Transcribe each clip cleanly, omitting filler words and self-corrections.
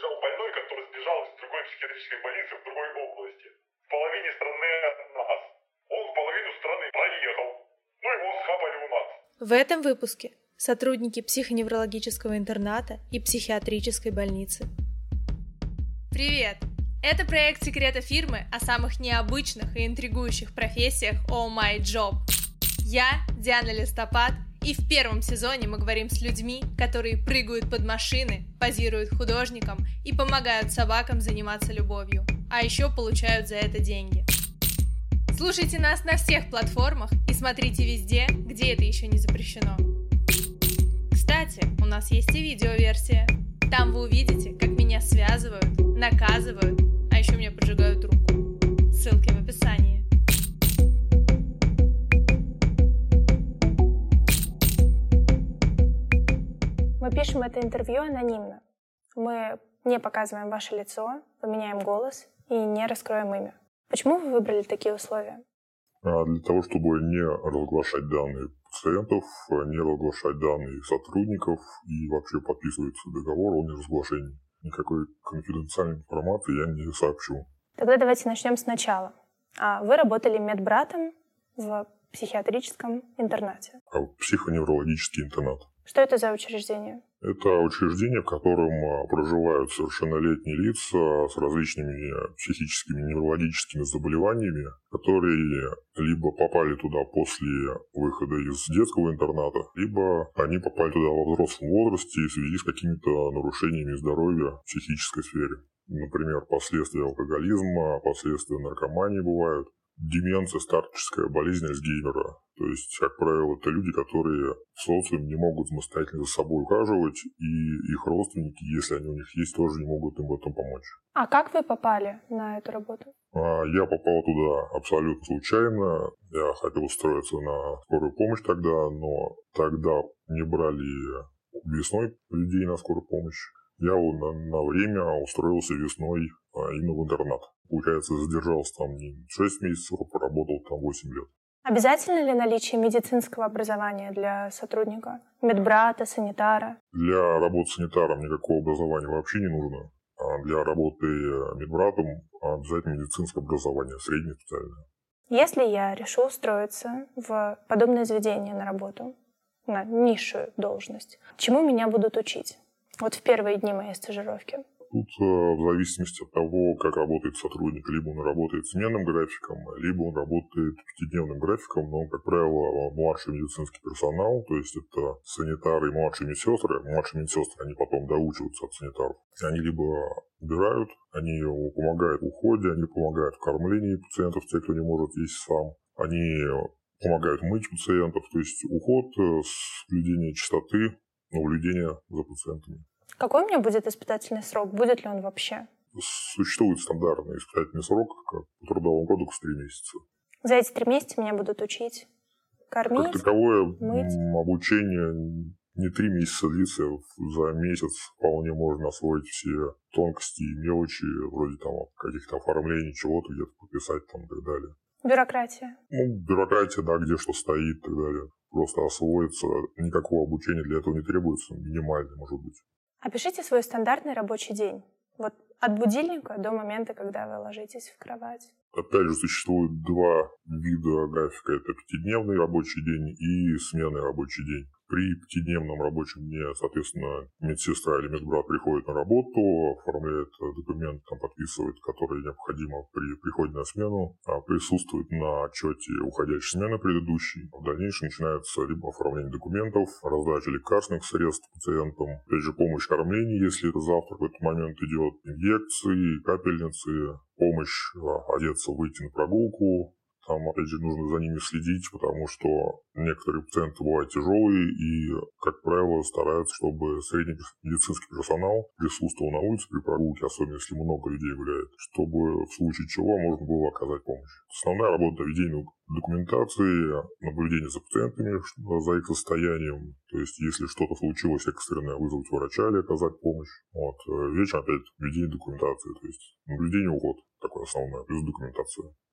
приезжал больной, который сбежал из другой психиатрической больницы в другой области. В половине страны от нас. Он в половину страны проехал. Ну, его схапали у нас. В этом выпуске сотрудники психоневрологического интерната и психиатрической больницы. Привет! Это проект «Секреты фирмы» о самых необычных и интригующих профессиях Oh My Job. Я Диана Листопад, и в первом сезоне мы говорим с людьми, которые прыгают под машины, позируют художникам и помогают собакам заниматься любовью, а еще получают за это деньги. Слушайте нас на всех платформах и смотрите везде, где это еще не запрещено. Кстати, у нас есть и видеоверсия. Там вы увидите, как меня связывают, наказывают, а еще мне поджигают руку. Ссылки в описании. Мы пишем это интервью анонимно. Мы не показываем ваше лицо, поменяем голос и не раскроем имя. Почему вы выбрали такие условия? Для того, чтобы не разглашать данные пациентов, не разглашать данные сотрудников и вообще подписывается договор о неразглашении. Никакой конфиденциальной информации я не сообщу. Тогда давайте начнем сначала. Вы работали медбратом в психиатрическом интернате. Психоневрологический интернат. Что это за учреждение? Это учреждение, в котором проживают совершеннолетние лица с различными психическими, неврологическими заболеваниями, которые либо попали туда после выхода из детского интерната, либо они попали туда во взрослом возрасте в связи с какими-то нарушениями здоровья в психической сфере. Например, последствия алкоголизма, последствия наркомании бывают. Деменция, старческая болезнь Альцгеймера. То есть, как правило, это люди, которые в социуме не могут самостоятельно за собой ухаживать, и их родственники, если они у них есть, тоже не могут им в этом помочь. А как вы попали на эту работу? Я попал туда абсолютно случайно. Я хотел устроиться на скорую помощь тогда, но тогда не брали весной людей на скорую помощь. Я на время устроился весной именно в интернат. Получается, задержался там не 6 месяцев, а поработал там 8 лет. Обязательно ли наличие медицинского образования для сотрудника? Медбрата, санитара? Для работы санитаром никакого образования вообще не нужно. А для работы медбратом обязательно медицинское образование, среднее специальное. Если я решу устроиться в подобное заведение на работу, на низшую должность, чему меня будут учить? Вот в первые дни моей стажировки. Тут в зависимости от того, как работает сотрудник, либо он работает сменным графиком, либо он работает пятидневным графиком, но, как правило, младший медицинский персонал, то есть это санитары и младшие медсестры. Младшие медсестры, они потом доучиваются от санитаров. Они либо убирают, они помогают в уходе, они помогают в кормлении пациентов, те, кто не может есть сам. Они помогают мыть пациентов, то есть уход, соблюдение чистоты, наблюдение за пациентами. Какой у меня будет испытательный срок? Будет ли он вообще? Существует стандартный испытательный срок, как по трудовому кодексу 3 месяца. За эти 3 месяца меня будут учить кормить, как таковое мыть? Обучение не 3 месяца длится, за месяц вполне можно освоить все тонкости и мелочи, вроде там каких-то оформлений, чего-то где-то подписать там и так далее. Бюрократия? Бюрократия, да, где что стоит и так далее. Просто освоиться, никакого обучения для этого не требуется, минимально, может быть. Опишите свой стандартный рабочий день. Вот от будильника до момента, когда вы ложитесь в кровать. Опять же, существует 2 вида графика. Это пятидневный рабочий день и сменный рабочий день. При пятидневном рабочем дне, соответственно, медсестра или медбрат приходит на работу, оформляет документ, там подписывает, который необходимо при приходе на смену, присутствует на отчете уходящей смены предыдущей. В дальнейшем начинается либо оформление документов, раздача лекарственных средств пациентам, опять же, помощь в кормлении, если это завтрак в этот момент идет, инъекции, капельницы, помощь одеться, выйти на прогулку. Там, опять же, нужно за ними следить, потому что некоторые пациенты бывают тяжелые и, как правило, стараются, чтобы средний медицинский персонал присутствовал на улице при прогулке, особенно если много людей гуляет, чтобы в случае чего можно было оказать помощь. Основная работа — ведение документации, наблюдение за пациентами, за их состоянием. То есть, если что-то случилось экстренное, вызвать врача или оказать помощь. Вечером опять ведение документации, то есть наблюдение, уход. Такое основное, плюс документация.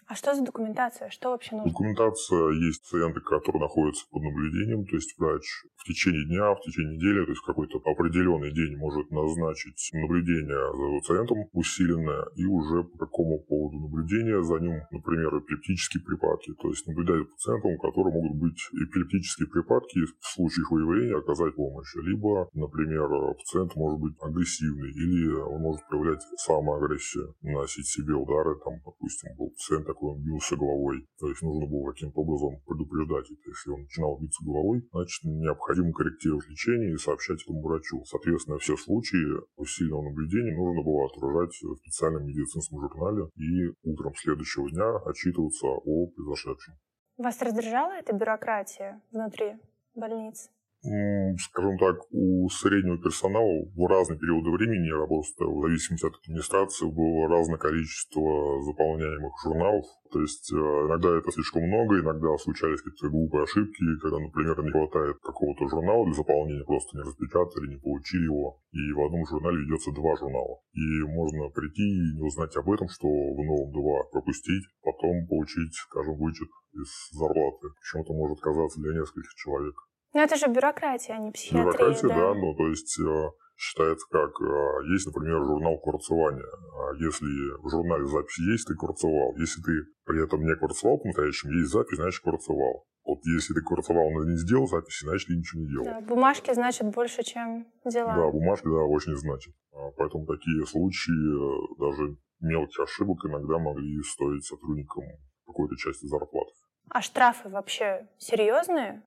А что за документация? Что вообще нужно? Документация есть пациенты, которые находятся под наблюдением, то есть врач в течение дня, в течение недели, то есть какой-то определенный день может назначить наблюдение за пациентом усиленное и уже по какому поводу наблюдения за ним, например, эпилептические припадки, то есть наблюдать за пациентом, у которого могут быть эпилептические припадки, в случае их выявления оказать помощь. Либо, например, пациент может быть агрессивный или он может проявлять самоагрессию, наносить себе удары, там, допустим, был пациент такой, он бился головой, то есть нужно было каким-то образом предупреждать это. Если он начинал биться головой, значит, необходимо корректировать лечение и сообщать этому врачу. Соответственно, все случаи усиленного наблюдения нужно было отражать в специальном медицинском журнале и утром следующего дня отчитываться о произошедшем. Вас раздражала эта бюрократия внутри больниц? Скажем так, у среднего персонала в разные периоды времени просто в зависимости от администрации было разное количество заполняемых журналов. То есть иногда это слишком много, иногда случались какие-то глупые ошибки, когда, например, не хватает какого-то журнала для заполнения, просто не распечатали, не получили его, и в одном журнале ведется 2 журнала. И можно прийти и не узнать об этом, что в новом 2 пропустить, потом получить, скажем, вычет из зарплаты. Причем это может казаться для нескольких человек. Ну, это же бюрократия, а не психиатрия. Бюрократия, да, ну, то есть считается как, есть, например, журнал курцевания. Если в журнале запись есть, ты курцевал. Если ты при этом не курцевал по-настоящему, есть запись, значит, курцевал. Вот если ты курцевал, но не сделал записи, значит, ты ничего не делал. Да, бумажки значат больше, чем дела. Да, бумажки, да, очень значат. Поэтому такие случаи, даже мелких ошибок иногда могли стоить сотрудникам какой-то части зарплаты. А штрафы вообще серьезные?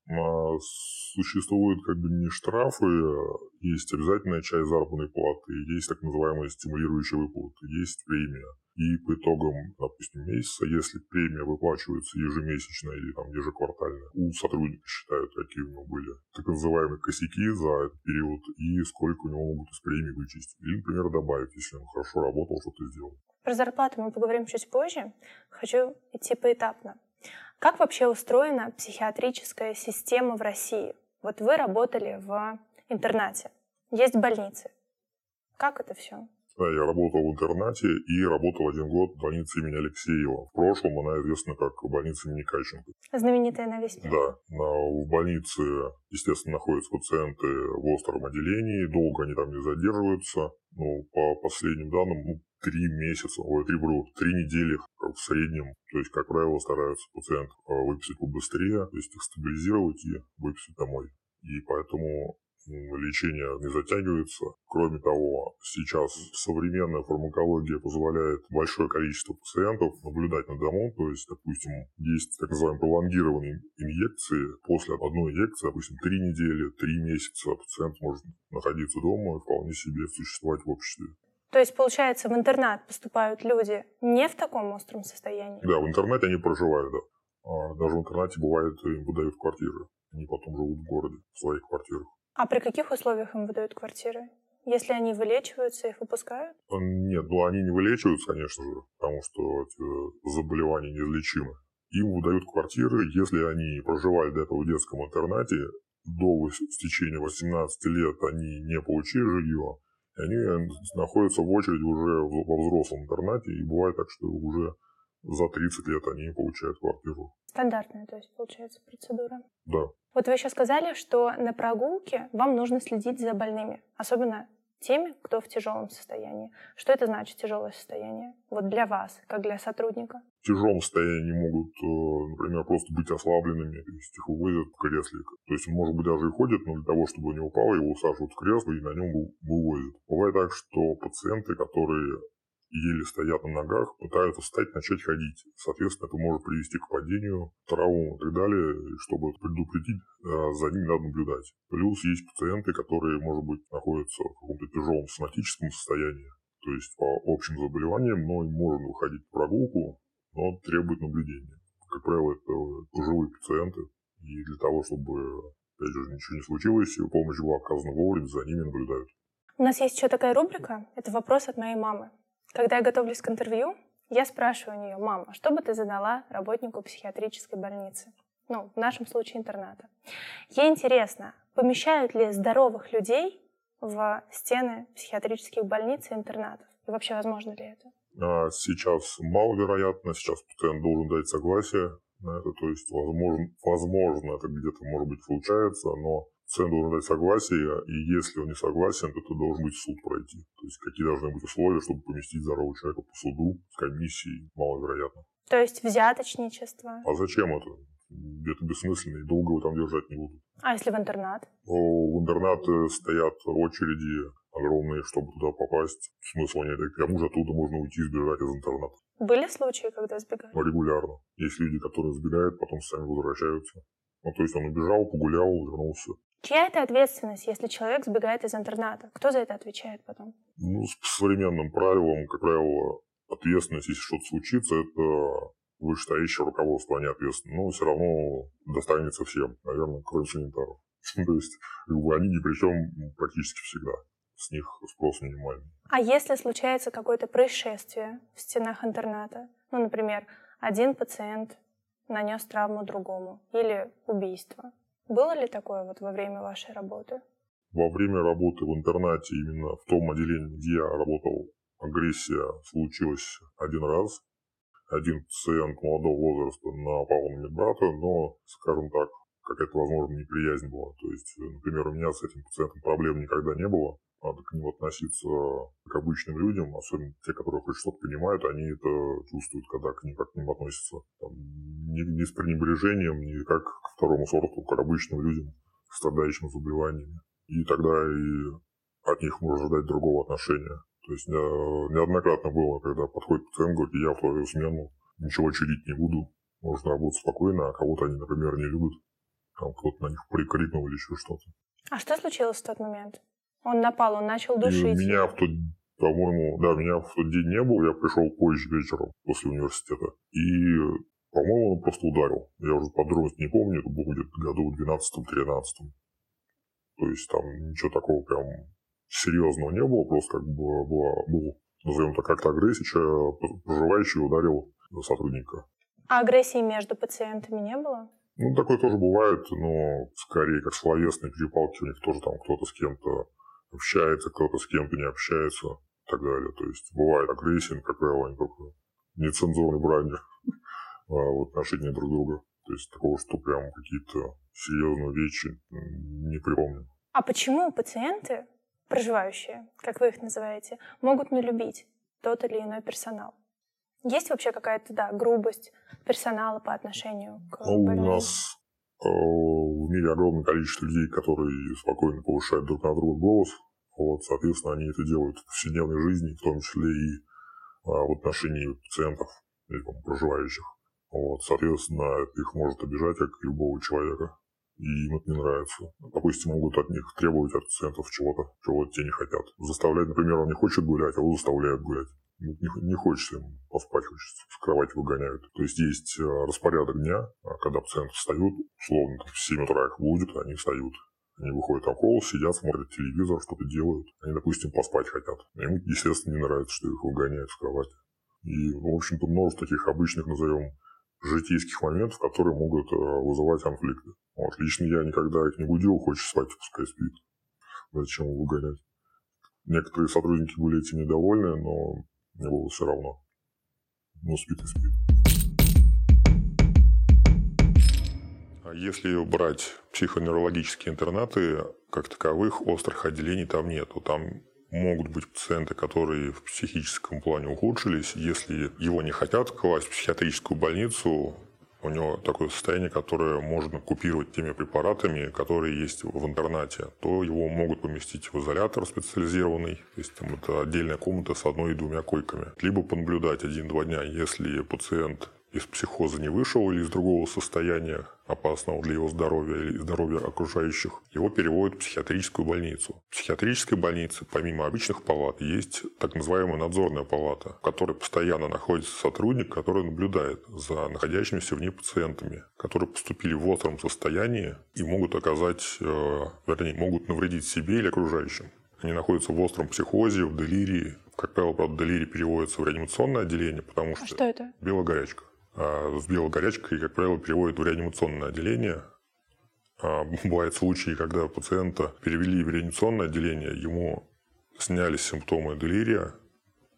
Существуют как бы не штрафы, есть обязательная часть заработной платы, есть так называемые стимулирующие выплаты, есть премия. И по итогам, допустим, месяца, если премия выплачивается ежемесячно или там ежеквартально, у сотрудника считают, какие у него были так называемые косяки за этот период и сколько у него могут из премии вычесть. Или, например, добавить, если он хорошо работал, что-то сделал. Про зарплату мы поговорим чуть позже. Хочу идти поэтапно. Как вообще устроена психиатрическая система в России? Вот вы работали в интернате, есть больницы. Как это все? Да, я работал в интернате и работал 1 год в больнице имени Алексеева. В прошлом она известна как больница имени Кащенко. Знаменитая на весь мир. Да, в больнице, естественно, находятся пациенты в остром отделении, долго они там не задерживаются. Ну, по последним данным, 3 недели в среднем. То есть, как правило, стараются пациент выписать побыстрее, то есть их стабилизировать и выписать домой. И поэтому лечение не затягивается. Кроме того, сейчас современная фармакология позволяет большое количество пациентов наблюдать на дому. То есть, допустим, есть так называемые пролонгированные инъекции. После одной инъекции, допустим, 3 недели, 3 месяца пациент может находиться дома и вполне себе существовать в обществе. То есть, получается, в интернат поступают люди не в таком остром состоянии? Да, в интернате они проживают, да. Даже в интернате бывает, им выдают квартиры. Они потом живут в городе, в своих квартирах. А при каких условиях им выдают квартиры? Если они вылечиваются, их выпускают? Нет, они не вылечиваются, конечно же, потому что заболевания неизлечимы. Им выдают квартиры, если они проживали до этого в детском интернате, до истечения 18 лет они не получили жилье, и они находятся в очереди уже во взрослом интернате, и бывает так, что уже за 30 лет они получают квартиру. Стандартная, то есть, получается, процедура? Да. Вот вы еще сказали, что на прогулке вам нужно следить за больными, особенно теми, кто в тяжелом состоянии. Что это значит, тяжелое состояние? Вот для вас, как для сотрудника. В тяжелом состоянии могут, например, просто быть ослабленными, то есть их увозят в кресле. То есть он, может быть, даже и ходит, но для того, чтобы он не упал, его усаживают в кресло и на нем вывозят. Бывает так, что пациенты, которые еле стоят на ногах, пытаются встать, начать ходить. Соответственно, это может привести к падению, травмам и так далее. Чтобы предупредить, за ними надо наблюдать. Плюс есть пациенты, которые, может быть, находятся в каком-то тяжелом соматическом состоянии, то есть по общим заболеваниям, но им можно выходить в прогулку, но требует наблюдения. Как правило, это пожилые пациенты, и для того, чтобы, опять же, ничего не случилось, и помощь была оказана вовремя, за ними наблюдают. У нас есть еще такая рубрика, это вопрос от моей мамы. Когда я готовлюсь к интервью, я спрашиваю у нее: мама, что бы ты задала работнику психиатрической больницы? Ну, в нашем случае интерната. Ей интересно, помещают ли здоровых людей в стены психиатрических больниц и интернатов? И вообще, возможно ли это? Сейчас маловероятно, сейчас пациент должен дать согласие на это, то есть возможно это где-то, может быть, случается, но пациент должен дать согласие, и если он не согласен, то это должен быть суд пройти. То есть какие должны быть условия, чтобы поместить здорового человека по суду с комиссией, маловероятно. То есть взяточничество. А зачем это? Это бессмысленно, и долго его там держать не будут. А если в интернат? В интернаты стоят очереди огромные, чтобы туда попасть. Смысла нет. И к тому же оттуда можно уйти, сбежать из интерната. Были случаи, когда сбегали? Регулярно. Есть люди, которые сбегают, потом сами возвращаются. То есть он убежал, погулял, вернулся. Чья это ответственность, если человек сбегает из интерната? Кто за это отвечает потом? По современным правилам, как правило, ответственность, если что-то случится, это вышестоящее руководство, они ответственны. Но все равно достанется всем, наверное, кроме санитаров. То есть они ни при чем практически всегда. С них спрос минимальный. А если случается какое-то происшествие в стенах интерната, например, один пациент нанес травму другому или убийство, было ли такое во время вашей работы? Во время работы в интернате, именно в том отделении, где я работал, агрессия случилась один раз. Один пациент молодого возраста напал на медбрата, но, скажем так, какая-то, возможно, неприязнь была. То есть, например, у меня с этим пациентом проблем никогда не было. Надо к нему относиться к обычным людям, особенно те, которые хоть что-то понимают, они это чувствуют, когда к ним относятся. Не с пренебрежением, не как к второму сорту, к обычным людям, страдающим заболеваниями. И тогда и от них можно ожидать другого отношения. То есть неоднократно было, когда подходит пациент, говорит, я в твою смену ничего чудить не буду, можно работать спокойно, а кого-то они, например, не любят. Там кто-то на них прикрикнул или еще что-то. А что случилось в тот момент? Он напал, он начал душить. Меня в тот день не было, я пришел позже вечером после университета. И, по-моему, он просто ударил. Я уже подробности не помню, это было где-то году в 12-13. То есть там ничего такого прям серьезного не было, просто был, назовем так, как-то агрессия, проживающий ударил сотрудника. А агрессии между пациентами не было? Такое тоже бывает, но скорее как словесные перепалки, у них тоже там кто-то с кем-то общается, кто-то с кем-то не общается и так далее. То есть бывает агрессия, но, как правило, не только нецензурной брани в отношении друг друга. То есть такого, что прям какие-то серьезные вещи не припомню. А почему пациенты, проживающие, как вы их называете, могут не любить тот или иной персонал? Есть вообще какая-то, грубость персонала по отношению к больным? У нас в мире огромное количество людей, которые спокойно повышают друг на друга голос. Соответственно, они это делают в повседневной жизни, в том числе и в отношении пациентов или проживающих. Соответственно, это их может обижать, как любого человека. И им это не нравится. Допустим, могут от них требовать от пациентов чего-то, чего те не хотят. Заставлять, например, он не хочет гулять, а его заставляют гулять. Не хочется ему поспать, хочется, с кровати выгоняют. То есть есть распорядок дня, когда пациенты встают, условно, в 7 утра их будет, они встают. Они выходят в холл, сидят, смотрят телевизор, что-то делают. Они, допустим, поспать хотят. Ему, естественно, не нравится, что их выгоняют с кровати. И, в общем-то, множество таких обычных, назовем, житейских моментов, которые могут вызывать конфликты. Лично я никогда их не будил, хочет спать, пускай спит. Зачем его выгонять? Некоторые сотрудники были этим недовольны, но мне было все равно. Спит и спит. Если брать психоневрологические интернаты, как таковых острых отделений там нету. Там могут быть пациенты, которые в психическом плане ухудшились. Если его не хотят класть в психиатрическую больницу, у него такое состояние, которое можно купировать теми препаратами, которые есть в интернате, то его могут поместить в изолятор специализированный. То есть там это отдельная комната с 1 и 2 койками. Либо понаблюдать 1-2 дня, если пациент из психоза не вышел или из другого состояния опасного для его здоровья или здоровья окружающих, его переводят в психиатрическую больницу. В психиатрической больнице, помимо обычных палат, есть так называемая надзорная палата, в которой постоянно находится сотрудник, который наблюдает за находящимися в ней пациентами, которые поступили в остром состоянии и могут могут навредить себе или окружающим. Они находятся в остром психозе, в делирии. Как правило, правда, делирий переводится в реанимационное отделение, потому что это? Белая горячка. С белой горячкой, как правило, переводят в реанимационное отделение. Бывают случаи, когда пациента перевели в реанимационное отделение, ему сняли симптомы делирия,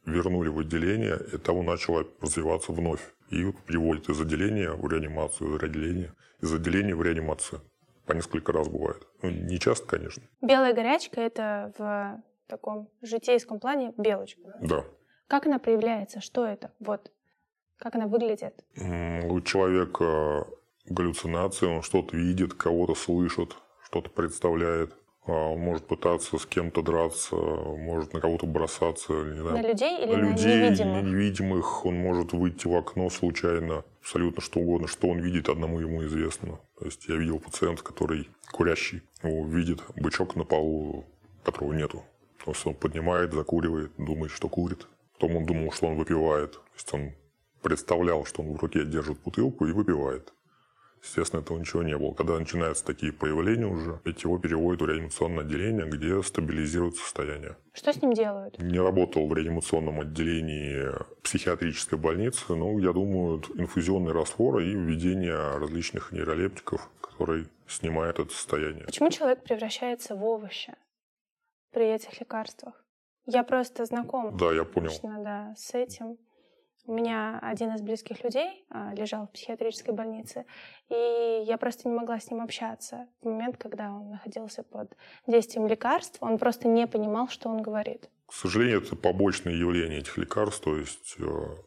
вернули в отделение, и того начало развиваться вновь. И вот переводят из отделения в реанимацию, из отделения в реанимацию. По несколько раз бывает. Ну, не часто, конечно. Белая горячка — это в таком житейском плане белочка. Да. Как она проявляется? Что это? Вот. Как она выглядит? У человека галлюцинации, он что-то видит, кого-то слышит, что-то представляет. Он может пытаться с кем-то драться, может на кого-то бросаться. Не знаю, На людей или на на невидимых? невидимых. Он может выйти в окно случайно. Абсолютно что угодно. Что он видит, одному ему известно. То есть я видел пациента, который курящий. Он видит бычок на полу, которого нету. То есть он поднимает, закуривает, думает, что курит. Потом он думал, что он выпивает. То есть он представлял, что он в руке держит бутылку и выпивает. Естественно, этого ничего не было. Когда начинаются такие проявления уже, его переводят в реанимационное отделение, где стабилизируют состояние. Что с ним делают? Не работал в реанимационном отделении психиатрической больницы, но, я думаю, инфузионный раствор и введение различных нейролептиков, которые снимают это состояние. Почему человек превращается в овощи при этих лекарствах? Я просто знакома. Да, я понял. Лично, да, с этим. У меня один из близких людей лежал в психиатрической больнице, и я просто не могла с ним общаться. В момент, когда он находился под действием лекарств, он просто не понимал, что он говорит. К сожалению, это побочные явления этих лекарств, то есть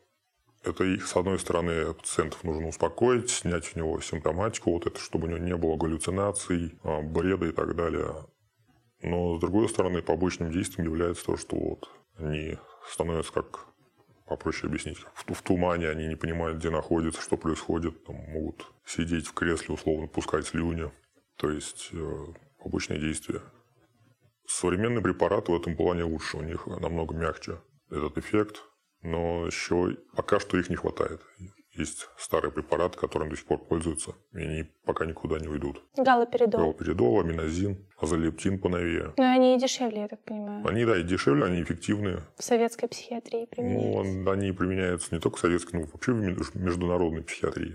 это их, с одной стороны, пациентов нужно успокоить, снять у него симптоматику, вот это, чтобы у него не было галлюцинаций, бреда и так далее. Но, с другой стороны, побочным действием является то, что вот они становятся как... Попроще объяснить. В тумане они не понимают, где находятся, что происходит. Там могут сидеть в кресле, условно, пускать слюни. То есть побочные действия. Современные препараты в этом плане лучше. У них намного мягче этот эффект. Но еще пока что их не хватает. Есть старые препараты, которыми до сих пор пользуются, и они пока никуда не уйдут. Галоперидол. Галоперидол, аминозин, азолептин поновее. Но они и дешевле, я так понимаю. Они, да, и дешевле, они эффективные. В советской психиатрии применяются. Ну, они применяются не только в советской, но вообще в международной психиатрии.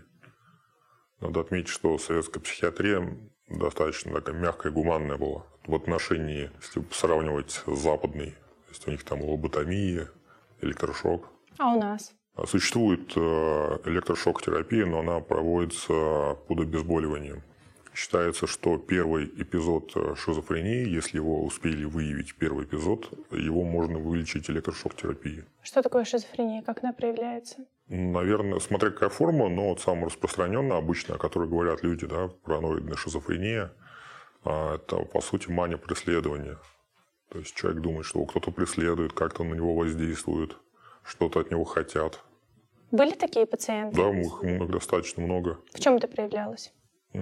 Надо отметить, что советская психиатрия достаточно такая мягкая, гуманная была в отношении, если сравнивать с западной. То есть у них там лоботомия, электрошок. А у нас? Существует электрошок-терапия, но она проводится под обезболиванием. Считается, что первый эпизод шизофрении, если его успели выявить, первый эпизод, его можно вылечить электрошок-терапией. Что такое шизофрения? Как она проявляется? Наверное, смотря какая форма, но вот самая распространенная, обычно, о которой говорят люди, да, параноидная шизофрения, это, по сути, мания преследования. То есть человек думает, что его кто-то преследует, как-то на него воздействует, что-то от него хотят. Были такие пациенты? Да, их достаточно много. В чем это проявлялось? И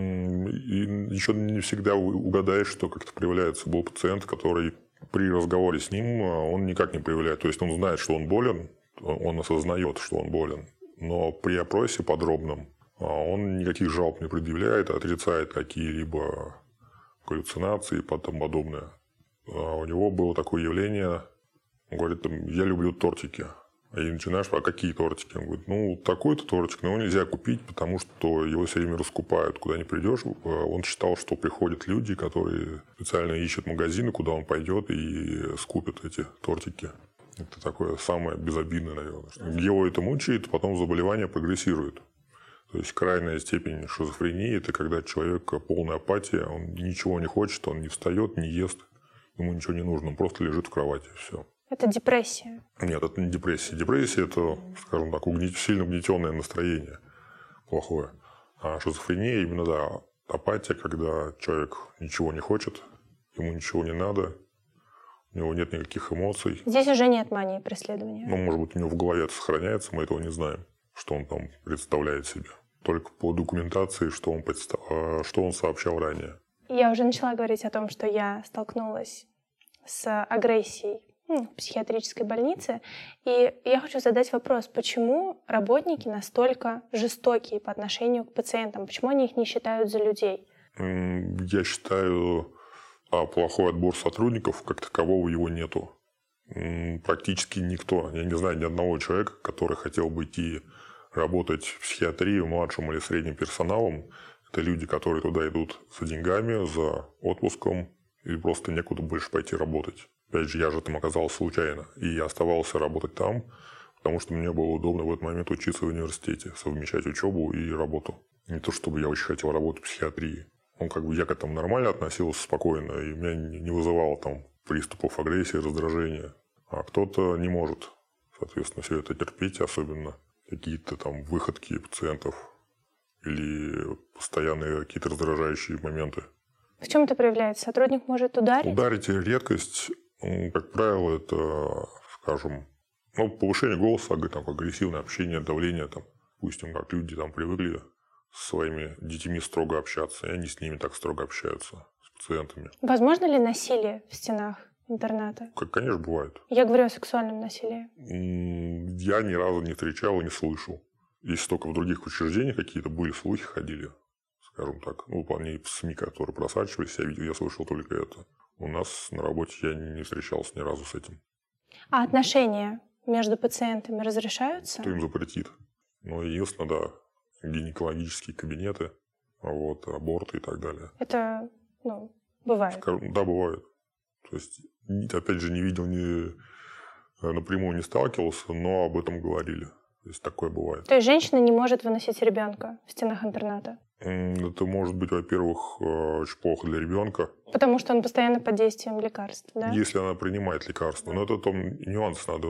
еще не всегда угадаешь, что как-то проявляется. Был пациент, который при разговоре с ним, он никак не проявляет. То есть он знает, что он болен, он осознает, что он болен. Но при опросе подробном он никаких жалоб не предъявляет, отрицает какие-либо галлюцинации и тому подобное. У него было такое явление, он говорит, я люблю тортики. И начинаешь, а какие тортики? Он говорит, ну, такой-то тортик, но его нельзя купить, потому что его все время раскупают. Куда ни придешь, он считал, что приходят люди, которые специально ищут магазины, куда он пойдет и скупит эти тортики. Это такое самое безобидное, наверное. Его это мучает, потом заболевание прогрессирует. То есть крайняя степень шизофрении – это когда человек полная апатия, он ничего не хочет, он не встает, не ест, ему ничего не нужно, он просто лежит в кровати, все. Это депрессия? Нет, это не депрессия. Депрессия – это, скажем так, сильно угнетенное настроение плохое. А шизофрения именно, да, апатия, когда человек ничего не хочет, ему ничего не надо, у него нет никаких эмоций. Здесь уже нет мании преследования. Ну, может быть, у него в голове это сохраняется, мы этого не знаем, что он там представляет себе. Только по документации, что он сообщал ранее. Я уже начала говорить о том, что я столкнулась с агрессией в психиатрической больнице. И я хочу задать вопрос, почему работники настолько жестокие по отношению к пациентам? Почему они их не считают за людей? Я считаю, плохой отбор сотрудников, как такового его нету. Практически никто. Я не знаю ни одного человека, который хотел бы идти работать в психиатрии младшим или средним персоналом. Это люди, которые туда идут за деньгами, за отпуском, и просто некуда больше пойти работать. Опять же, я же там оказался случайно. И я оставался работать там, потому что мне было удобно в этот момент учиться в университете, совмещать учебу и работу. Не то, чтобы я очень хотел работать в психиатрии. Я к этому нормально относился, спокойно, и меня не вызывало там приступов агрессии, раздражения. А кто-то не может, соответственно, все это терпеть, особенно какие-то там выходки пациентов или постоянные какие-то раздражающие моменты. В чем это проявляется? Сотрудник может ударить? Ударить редкость, как правило, это, скажем, повышение голоса, там, агрессивное общение, давление, там, допустим, как люди там привыкли с своими детьми строго общаться, и они с ними так строго общаются, с пациентами. Возможно ли насилие в стенах интерната? Конечно, бывает. Я говорю о сексуальном насилии. Я ни разу не встречал и не слышал. Если только в других учреждениях какие-то были слухи, ходили, скажем так. Вполне в СМИ, которые просачивались, я слышал только это. У нас на работе я не встречался ни разу с этим. А отношения между пациентами разрешаются? Кто им запретит? Единственное, да, гинекологические кабинеты, аборты и так далее. Это, бывает? Да, бывает. То есть, опять же, не видел, напрямую не сталкивался, но об этом говорили. То есть, такое бывает. То есть, женщина не может выносить ребенка в стенах интерната? Это может быть, во-первых, очень плохо для ребенка. Потому что он постоянно под действием лекарств, да? Если она принимает лекарства. Но это там нюанс, надо,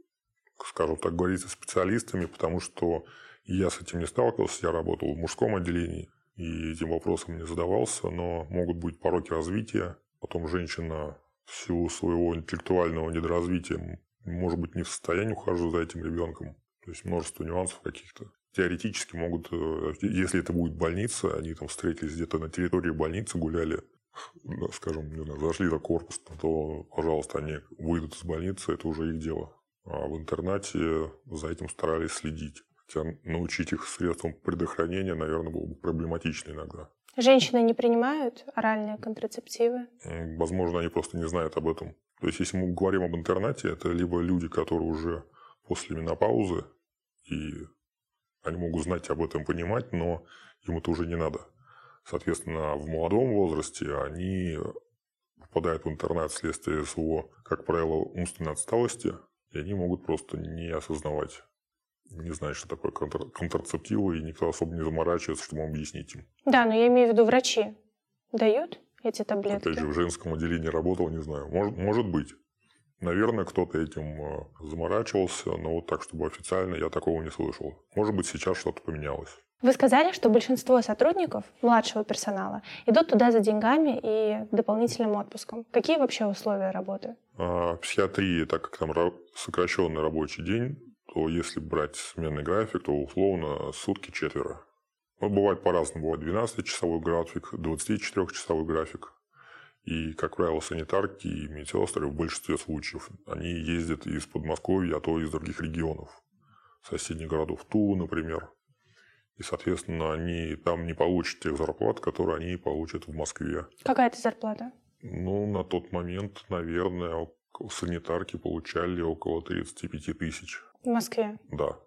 скажем так, говорить со специалистами, потому что я с этим не сталкивался. Я работал в мужском отделении и этим вопросом не задавался, но могут быть пороки развития. Потом женщина в силу своего интеллектуального недоразвития может быть не в состоянии ухаживать за этим ребенком. То есть множество нюансов каких-то. Теоретически могут, если это будет больница, они там встретились где-то на территории больницы, гуляли, скажем, не знаю, зашли за корпус, то, пожалуйста, они выйдут из больницы, это уже их дело. А в интернате за этим старались следить. Хотя научить их средствам предохранения, наверное, было бы проблематично иногда. Женщины не принимают оральные контрацептивы? Возможно, они просто не знают об этом. То есть, если мы говорим об интернате, это либо люди, которые уже после менопаузы, и они могут знать об этом, понимать, но им это уже не надо. Соответственно, в молодом возрасте они попадают в интернат вследствие своего, как правило, умственной отсталости, и они могут просто не осознавать, не знать, что такое контрацептивы, и никто особо не заморачивается, чтобы объяснить им. Да, но я имею в виду, врачи дают эти таблетки? Опять же, в женском отделении работал, не знаю. Может быть. Наверное, кто-то этим заморачивался, но так, чтобы официально, я такого не слышал. Может быть, сейчас что-то поменялось. Вы сказали, что большинство сотрудников младшего персонала идут туда за деньгами и дополнительным отпуском. Какие вообще условия работы? В психиатрии, так как там сокращенный рабочий день, то если брать сменный график, то условно сутки 4. Бывает по-разному. Бывает 12-часовой график, 24-часовой график. И, как правило, санитарки и медсестры в большинстве случаев, они ездят из Подмосковья, а то и из других регионов, соседних городов, Тулы, например. И, соответственно, они там не получат тех зарплат, которые они получат в Москве. Какая это зарплата? На тот момент, наверное, санитарки получали около 35 тысяч. В Москве? Да.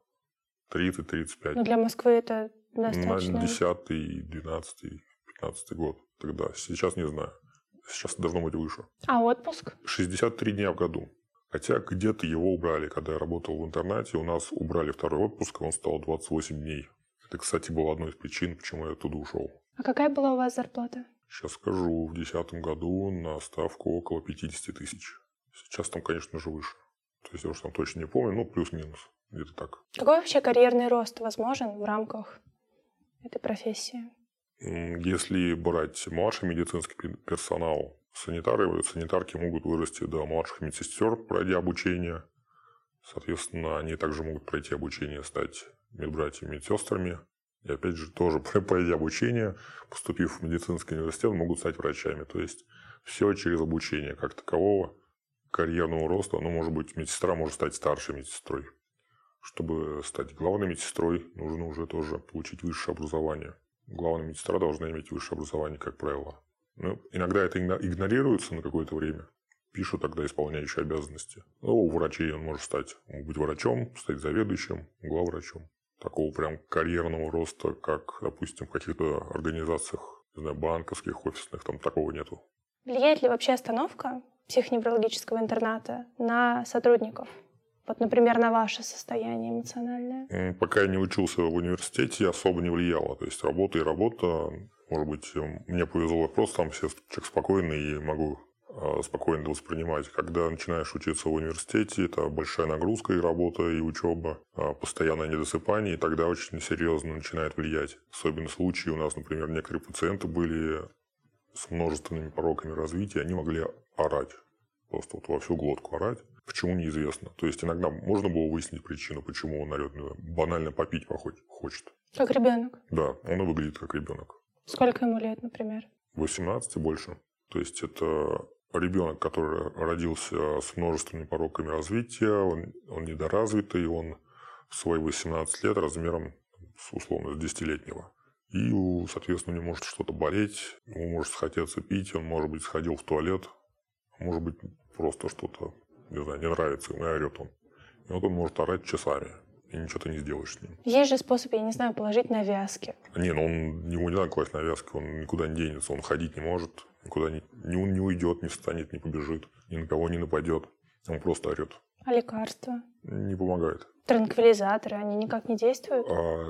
30-35. Но для Москвы это достаточно. На 10-й, 12-й, 15-й год тогда. Сейчас не знаю. Сейчас должно быть выше. А отпуск? 63 дня в году. Хотя где-то его убрали. Когда я работал в интернате, у нас убрали второй отпуск, он стал 28 дней. Это, кстати, была одной из причин, почему я оттуда ушел. А какая была у вас зарплата? Сейчас скажу, в 2010 году на ставку около 50 тысяч. Сейчас там, конечно же, выше. То есть я уж там точно не помню, плюс-минус. Где-то так. Какой вообще карьерный рост возможен в рамках этой профессии? Если брать младший медицинский персонал, санитарки могут вырасти до младших медсестер, пройдя обучение. Соответственно, они также могут пройти обучение, стать медбратьями, медсестрами. И опять же, тоже пройдя обучение, поступив в медицинский университет, могут стать врачами. То есть все через обучение как такового карьерного роста. Может быть, медсестра может стать старшей медсестрой. Чтобы стать главной медсестрой, нужно уже тоже получить высшее образование. Главная медсестра должна иметь высшее образование, как правило. Иногда это игнорируется на какое-то время. Пишут тогда исполняющие обязанности. У врачей он может быть врачом, стать заведующим, главврачом. Такого прям карьерного роста, как, допустим, в каких-то организациях, не знаю, банковских, офисных, там такого нету. Влияет ли вообще остановка психоневрологического интерната на сотрудников? Вот, например, на ваше состояние эмоциональное? Пока я не учился в университете, особо не влияло. То есть работа и работа. Может быть, мне повезло вопрос, там все человек спокойный и могу спокойно воспринимать. Когда начинаешь учиться в университете, это большая нагрузка и работа, и учеба, постоянное недосыпание, и тогда очень серьезно начинает влиять. Особенно случаи у нас, например, некоторые пациенты были с множественными пороками развития, они могли орать. Просто вот во всю глотку орать. Почему, неизвестно. То есть иногда можно было выяснить причину, почему он орет. Банально попить хочет. Как ребенок? Да, он и выглядит как ребенок. Сколько ему лет, например? 18 и больше. То есть это ребенок, который родился с множественными пороками развития, он недоразвитый, он в свои 18 лет размером, условно, с 10-летнего. И, соответственно, у него может что-то болеть, ему может захотеться пить, он, может быть, сходил в туалет, может быть, просто что-то, не знаю, не нравится ему, и орет он. И вот он может орать часами, и ничего ты не сделаешь с ним. Есть же способ, я не знаю, положить навязки. Не, ну ему не надо класть навязки, он никуда не денется, он ходить не может, никуда не уйдет, не встанет, не побежит, ни на кого не нападет, он просто орет. А лекарства? Не помогает. Транквилизаторы, они никак не действуют?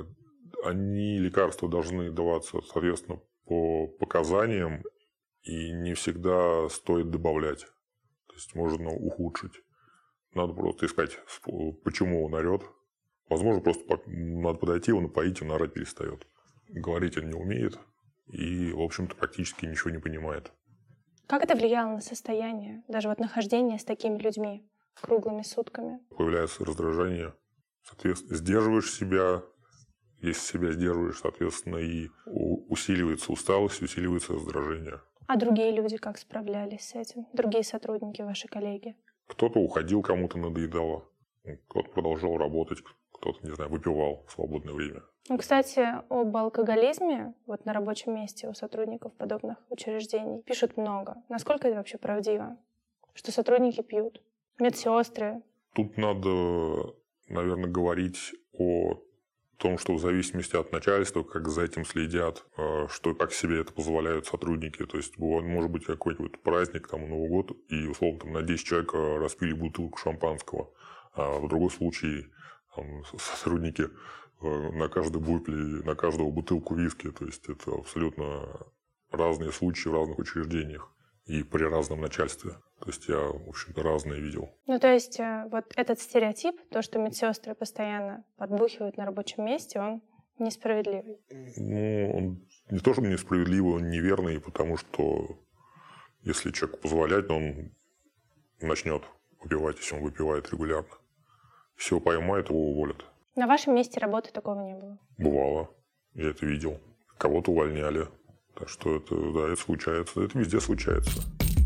Лекарства должны даваться, соответственно, по показаниям, и не всегда стоит добавлять. То есть можно ухудшить. Надо просто искать, почему он орет. Возможно, просто надо подойти, его напоить, он орать перестает. Говорить он не умеет и, в общем-то, практически ничего не понимает. Как это влияло на состояние, даже вот нахождение с такими людьми круглыми сутками? Появляется раздражение. Соответственно, сдерживаешь себя. Если себя сдерживаешь, соответственно, и усиливается усталость, усиливается раздражение. А другие люди как справлялись с этим? Другие сотрудники, ваши коллеги? Кто-то уходил, кому-то надоедало. Кто-то продолжал работать, кто-то, не знаю, выпивал в свободное время. Ну, кстати, об алкоголизме вот на рабочем месте у сотрудников подобных учреждений пишут много. Насколько это вообще правдиво? Что сотрудники пьют? Медсестры? Тут надо, наверное, говорить о том, что в зависимости от начальства, как за этим следят, что как себе это позволяют сотрудники. То есть, может быть, какой-нибудь праздник, там, Новый год, и, условно, там, на 10 человек распили бутылку шампанского. А в другой случай там, сотрудники на каждый выпили, на каждого бутылку виски. То есть, это абсолютно разные случаи в разных учреждениях и при разном начальстве. То есть, я, в общем-то, разные видел. Ну, то есть, вот этот стереотип, то, что медсестры постоянно подбухивают на рабочем месте, он несправедливый? Ну, он не то, чтобы несправедливый, он неверный, потому что если человеку позволять, он начнет выпивать, если он выпивает регулярно. Если его поймают, его уволят. На вашем месте работы такого не было? Бывало. Я это видел. Кого-то увольняли. Так что это случается. Это везде случается.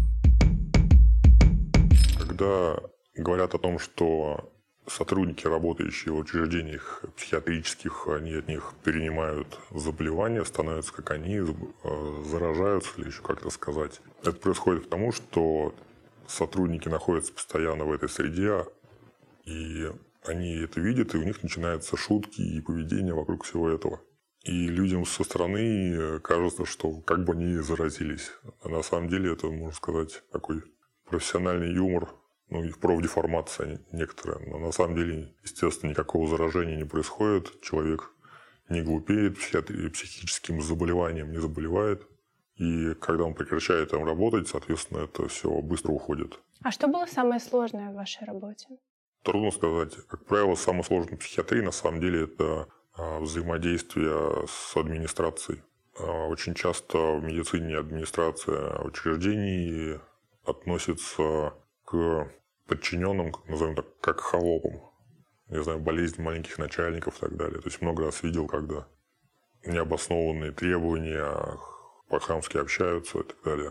Когда говорят о том, что сотрудники, работающие в учреждениях психиатрических, они от них перенимают заболевания, становятся как они, заражаются или еще как-то сказать. Это происходит потому, что сотрудники находятся постоянно в этой среде, и они это видят, и у них начинаются шутки и поведение вокруг всего этого. И людям со стороны кажется, что как бы они заразились. А на самом деле это, можно сказать, такой профессиональный юмор, ну и профдеформация некоторая. Но на самом деле, естественно, никакого заражения не происходит. Человек не глупеет, психическим заболеванием не заболевает. И когда он прекращает там работать, соответственно, это все быстро уходит. А что было самое сложное в вашей работе? Трудно сказать. Как правило, самое сложное в психиатрии, на самом деле, это взаимодействие с администрацией. Очень часто в медицине администрация учреждений относится к подчиненным, назовем так, как к холопам. Не знаю, болезнь маленьких начальников и так далее. То есть много раз видел, когда необоснованные требования, по-хамски общаются и так далее.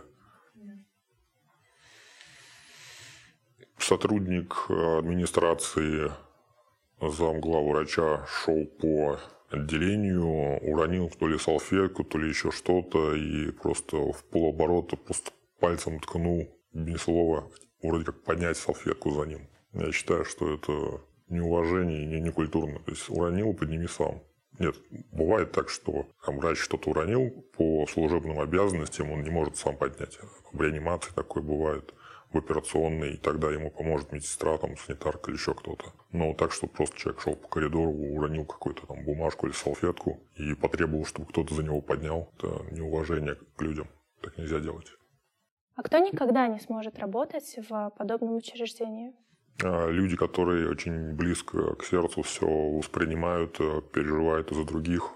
Сотрудник администрации, замглавврача, шел по отделению, уронил то ли салфетку, то ли еще что-то, и просто в полоборота просто пальцем ткнул, без слова, вроде как поднять салфетку за ним. Я считаю, что это неуважение и некультурно. То есть уронил, подними сам. Нет, бывает так, что там врач что-то уронил, по служебным обязанностям он не может сам поднять. В реанимации такое бывает. в операционной, и тогда ему поможет медсестра, там, санитарка или еще кто-то. Но так, чтобы просто человек шел по коридору, уронил какую-то там бумажку или салфетку и потребовал, чтобы кто-то за него поднял. Это неуважение к людям. Так нельзя делать. А кто никогда не сможет работать в подобном учреждении? Люди, которые очень близко к сердцу все воспринимают, переживают из-за других,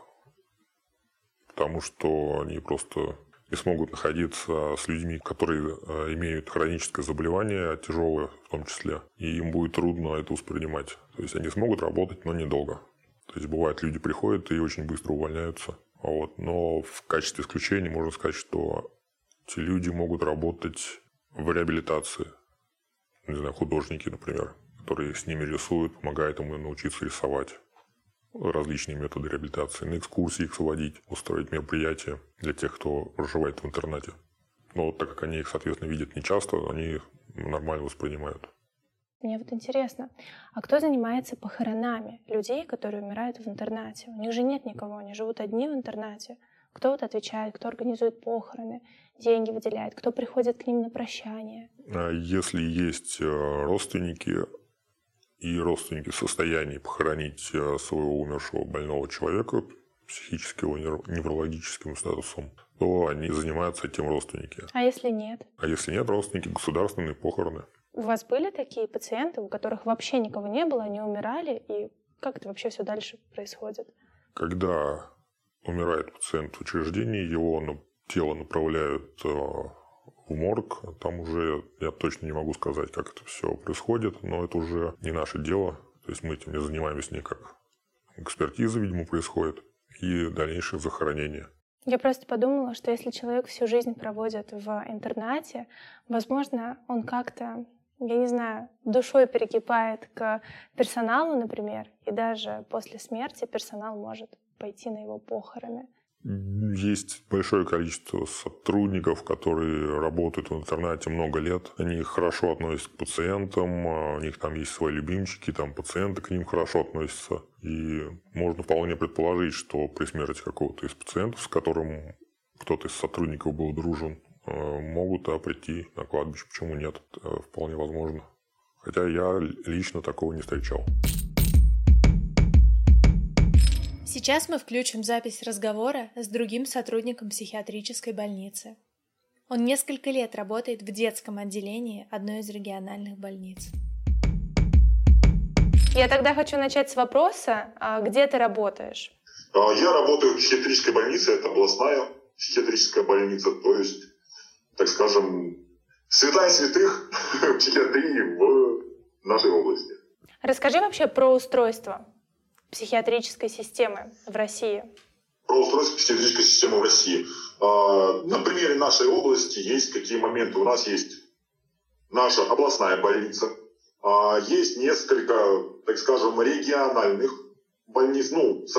потому что они просто не смогут находиться с людьми, которые имеют хроническое заболевание, тяжелое в том числе, и им будет трудно это воспринимать. То есть они смогут работать, но недолго. То есть бывает, люди приходят и очень быстро увольняются. Но в качестве исключения можно сказать, что эти люди могут работать в реабилитации. Не знаю, художники, например, которые с ними рисуют, помогают им научиться рисовать. Различные методы реабилитации, на экскурсии их сводить, устроить мероприятия для тех, кто проживает в интернате. Но так как они их, соответственно, видят нечасто, они нормально воспринимают. Мне вот интересно, а кто занимается похоронами людей, которые умирают в интернате? У них же нет никого, они живут одни в интернате. Кто вот отвечает, кто организует похороны, деньги выделяет, кто приходит к ним на прощание? Если есть родственники, и родственники в состоянии похоронить своего умершего больного человека психическим неврологическим статусом, то они занимаются этим родственники. А если нет? А если нет, родственники государственные похороны. У вас были такие пациенты, у которых вообще никого не было, они умирали, и как это вообще все дальше происходит? Когда умирает пациент в учреждении, его тело направляют в морг. Там уже я точно не могу сказать, как это все происходит, но это уже не наше дело. То есть мы этим не занимаемся никак. Экспертиза, видимо, происходит и дальнейшее захоронение. Я просто подумала, что если человек всю жизнь проводит в интернате, возможно, он как-то, я не знаю, душой перекипает к персоналу, например, и даже после смерти персонал может пойти на его похороны. Есть большое количество сотрудников, которые работают в интернате много лет. Они хорошо относятся к пациентам, у них там есть свои любимчики, там пациенты к ним хорошо относятся. И можно вполне предположить, что при смерти какого-то из пациентов, с которым кто-то из сотрудников был дружен, могут прийти на кладбище. Почему нет? Это вполне возможно. Хотя я лично такого не встречал. Сейчас мы включим запись разговора с другим сотрудником психиатрической больницы. Он несколько лет работает в детском отделении одной из региональных больниц. Я тогда хочу начать с вопроса, где ты работаешь? Я работаю в психиатрической больнице, это областная психиатрическая больница, то есть, так скажем, святая святых психиатрии в нашей области. Расскажи вообще про устройство психиатрической системы в России. Про устройство психиатрической системы в России. На примере нашей области есть какие моменты. У нас есть наша областная больница, есть несколько, так скажем, региональных больниц,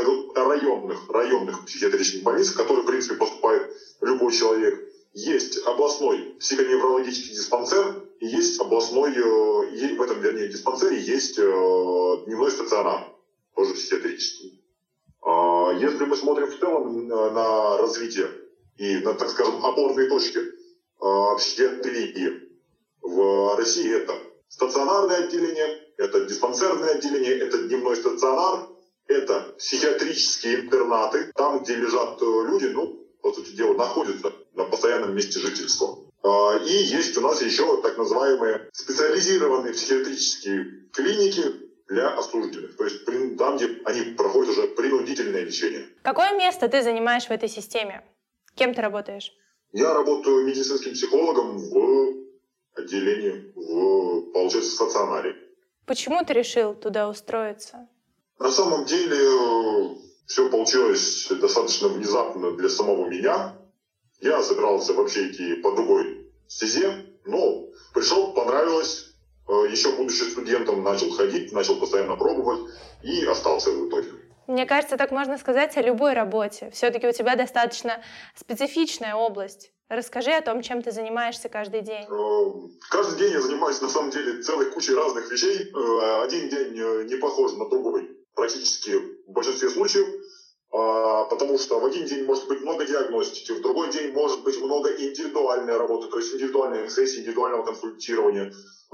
районных психиатрических больниц, в которые, в принципе, поступает любой человек. Есть областной психоневрологический диспансер, и есть областной, в этом, диспансере есть дневной стационар, тоже психиатрический. Если мы смотрим в целом на развитие и на, так скажем, опорные точки психиатрии в России, это стационарное отделение, это диспансерное отделение, это дневной стационар, это психиатрические интернаты, там, где лежат люди, по сути дела, находятся на постоянном месте жительства. И есть у нас еще так называемые специализированные психиатрические клиники для осужденных, то есть там, где они проходят уже принудительное лечение. Какое место ты занимаешь в этой системе? Кем ты работаешь? Я работаю медицинским психологом в отделении, получается, в стационаре. Почему ты решил туда устроиться? На самом деле все получилось достаточно внезапно для самого меня. Я собирался вообще идти по другой стезе, но пришел, понравилось. Еще будучи студентом, начал ходить, начал постоянно пробовать и остался в итоге. Мне кажется, так можно сказать о любой работе. Все-таки у тебя достаточно специфичная область. Расскажи о том, чем ты занимаешься каждый день. Каждый день я занимаюсь, на самом деле, целой кучей разных вещей. Один день не похож на другой. Практически в большинстве случаев. Потому что в один день может быть много диагностики, в другой день может быть много индивидуальной работы, то есть индивидуальной сессии, индивидуального консультирования.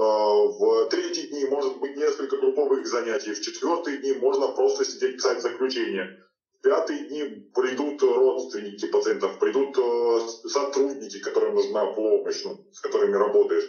В третьи дни может быть несколько групповых занятий, в четвертые дни можно просто сидеть писать заключение. В пятые дни придут родственники пациентов, придут сотрудники, которым нужна помощь, с которыми работаешь.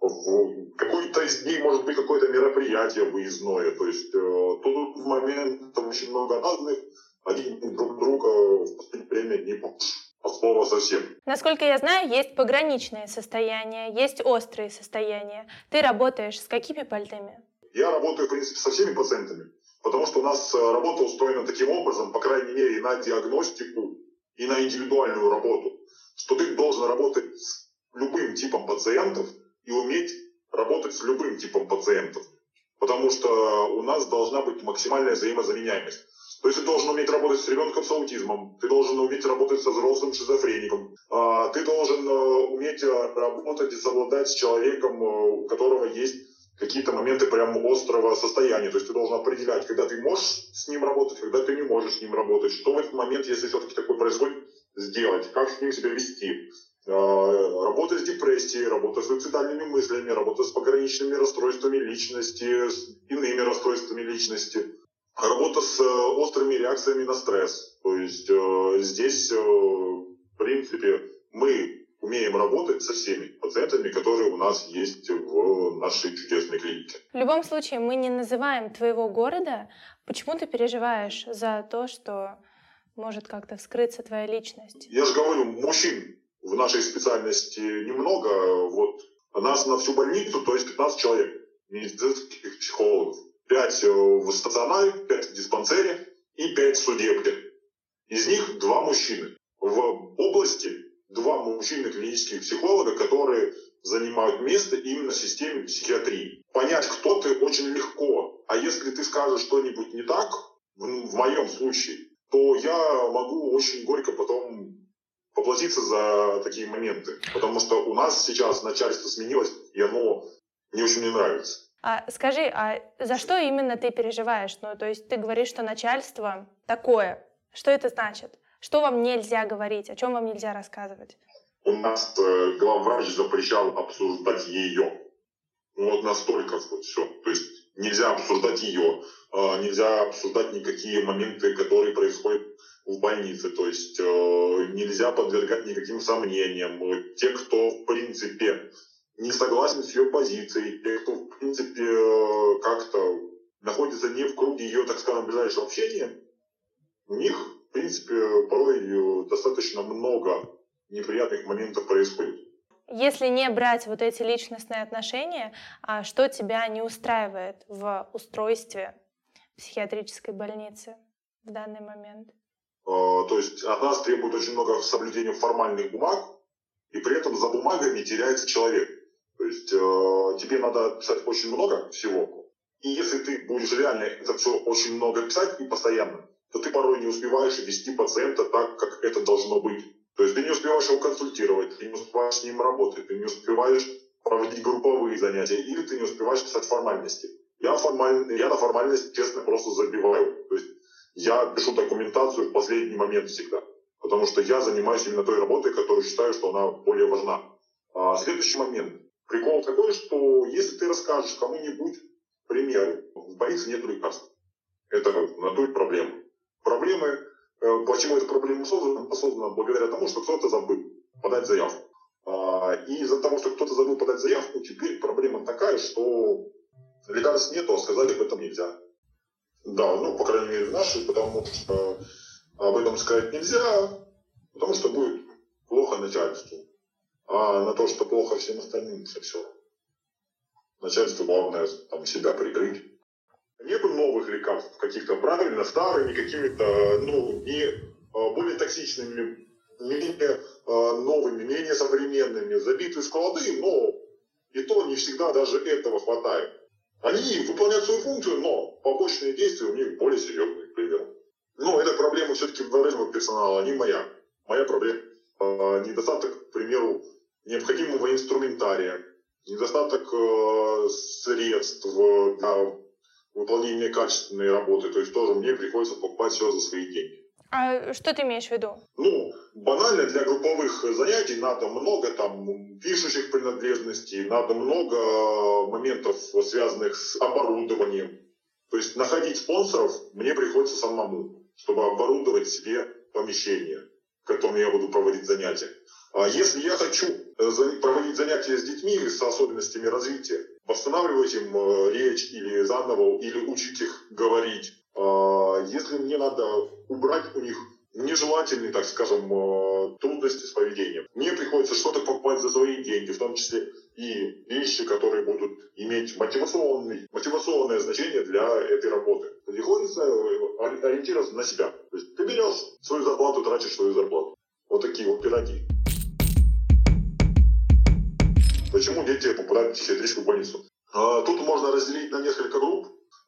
В какой-то из дней может быть какое-то мероприятие выездное. То есть тут моментов очень много разных. Один друг друга в последнее время не от слова совсем. Насколько я знаю, есть пограничные состояния, есть острые состояния. Ты работаешь с какими больными? Я работаю, в принципе, со всеми пациентами, потому что у нас работа устроена таким образом, по крайней мере, и на диагностику, и на индивидуальную работу, что ты должен работать с любым типом пациентов и уметь работать с любым типом пациентов, потому что у нас должна быть максимальная взаимозаменяемость. То есть ты должен уметь работать с ребенком с аутизмом, ты должен уметь работать со взрослым шизофреником, ты должен уметь работать и совладать с человеком, у которого есть какие-то моменты прям острого состояния. То есть ты должен определять, когда ты можешь с ним работать, когда ты не можешь с ним работать, что в этот момент, если все-таки такое происходит, сделать, как с ним себя вести. Работа с депрессией, работа с суицидальными мыслями, работа с пограничными расстройствами личности, с иными расстройствами личности. Работа с острыми реакциями на стресс. То есть здесь, в принципе, мы умеем работать со всеми пациентами, которые у нас есть в нашей чудесной клинике. В любом случае, мы не называем твоего города. Почему ты переживаешь за то, что может как-то вскрыться твоя личность? Я же говорю, мужчин в нашей специальности немного. Вот нас на всю больницу, то есть 15 человек, медицинских психологов. 5 в стационаре, 5 в диспансере и 5 в судебке. Из них 2 мужчины. В области 2 мужчины клинических психолога, которые занимают место именно в системе психиатрии. Понять, кто ты, очень легко. А если ты скажешь что-нибудь не так, в моем случае, то я могу очень горько потом поплатиться за такие моменты. Потому что у нас сейчас начальство сменилось, и оно не очень мне нравится. Скажи, а за что именно ты переживаешь? Ну, то есть ты говоришь, что начальство такое. Что это значит? Что вам нельзя говорить? О чем вам нельзя рассказывать? У нас главврач запрещал обсуждать ее. Вот настолько вот все. То есть нельзя обсуждать ее, нельзя обсуждать никакие моменты, которые происходят в больнице. То есть нельзя подвергать никаким сомнениям. Те, кто в принципе не согласен с ее позицией, те, кто, в принципе, как-то находится не в круге ее, так скажем, ближайшего общения, у них, в принципе, порой достаточно много неприятных моментов происходит. Если не брать вот эти личностные отношения, что тебя не устраивает в устройстве психиатрической больницы в данный момент? То есть от нас требует очень много соблюдения формальных бумаг, и при этом за бумагами теряется человек. То есть тебе надо писать очень много всего. И если ты будешь реально это все очень много писать и постоянно, то ты порой не успеваешь вести пациента так, как это должно быть. То есть ты не успеваешь его консультировать, ты не успеваешь с ним работать, ты не успеваешь проводить групповые занятия, или ты не успеваешь писать формальности. Я на формальность, честно, просто забиваю. То есть я пишу документацию в последний момент всегда. Потому что я занимаюсь именно той работой, которую считаю, что она более важна. Следующий момент. Прикол такой, что если ты расскажешь кому-нибудь, к примеру, в больнице нет лекарств. Это на той проблема. Почему эта проблема создана? Благодаря тому, что кто-то забыл подать заявку. И из-за того, что кто-то забыл подать заявку, теперь проблема такая, что лекарств нету, а сказать об этом нельзя. Да, по крайней мере в нашей, потому что об этом сказать нельзя, потому что будет плохо начальству. А на то, что плохо всем остальным, все. Начальству главное там себя прикрыть. Нету новых лекарств каких-то, правильно, старыми, какими-то, не более токсичными, менее новыми, менее современными, забитые склады, но и то не всегда даже этого хватает. Они выполняют свою функцию, но побочные действия у них более серьезные, к примеру. Это проблема все-таки врачебного персонала, а не моя. Моя проблема недостаток, к примеру, необходимого инструментария, недостаток средств для выполнения качественной работы. То есть тоже мне приходится покупать все за свои деньги. А что ты имеешь в виду? Банально для групповых занятий надо много пишущих принадлежностей, надо много моментов, связанных с оборудованием. То есть находить спонсоров мне приходится самому, чтобы оборудовать себе помещение, в котором я буду проводить занятия. А если я хочу проводить занятия с детьми с особенностями развития, восстанавливать им речь или заново, или учить их говорить, если мне надо убрать у них нежелательные, так скажем, трудности с поведением, мне приходится что-то покупать за свои деньги, в том числе и вещи, которые будут иметь мотивационное значение для этой работы. Приходится ориентироваться на себя. То есть ты берешь свою зарплату, тратишь свою зарплату. Вот такие вот пироги. Почему дети попадают в психиатрическую больницу? Тут можно разделить на несколько групп.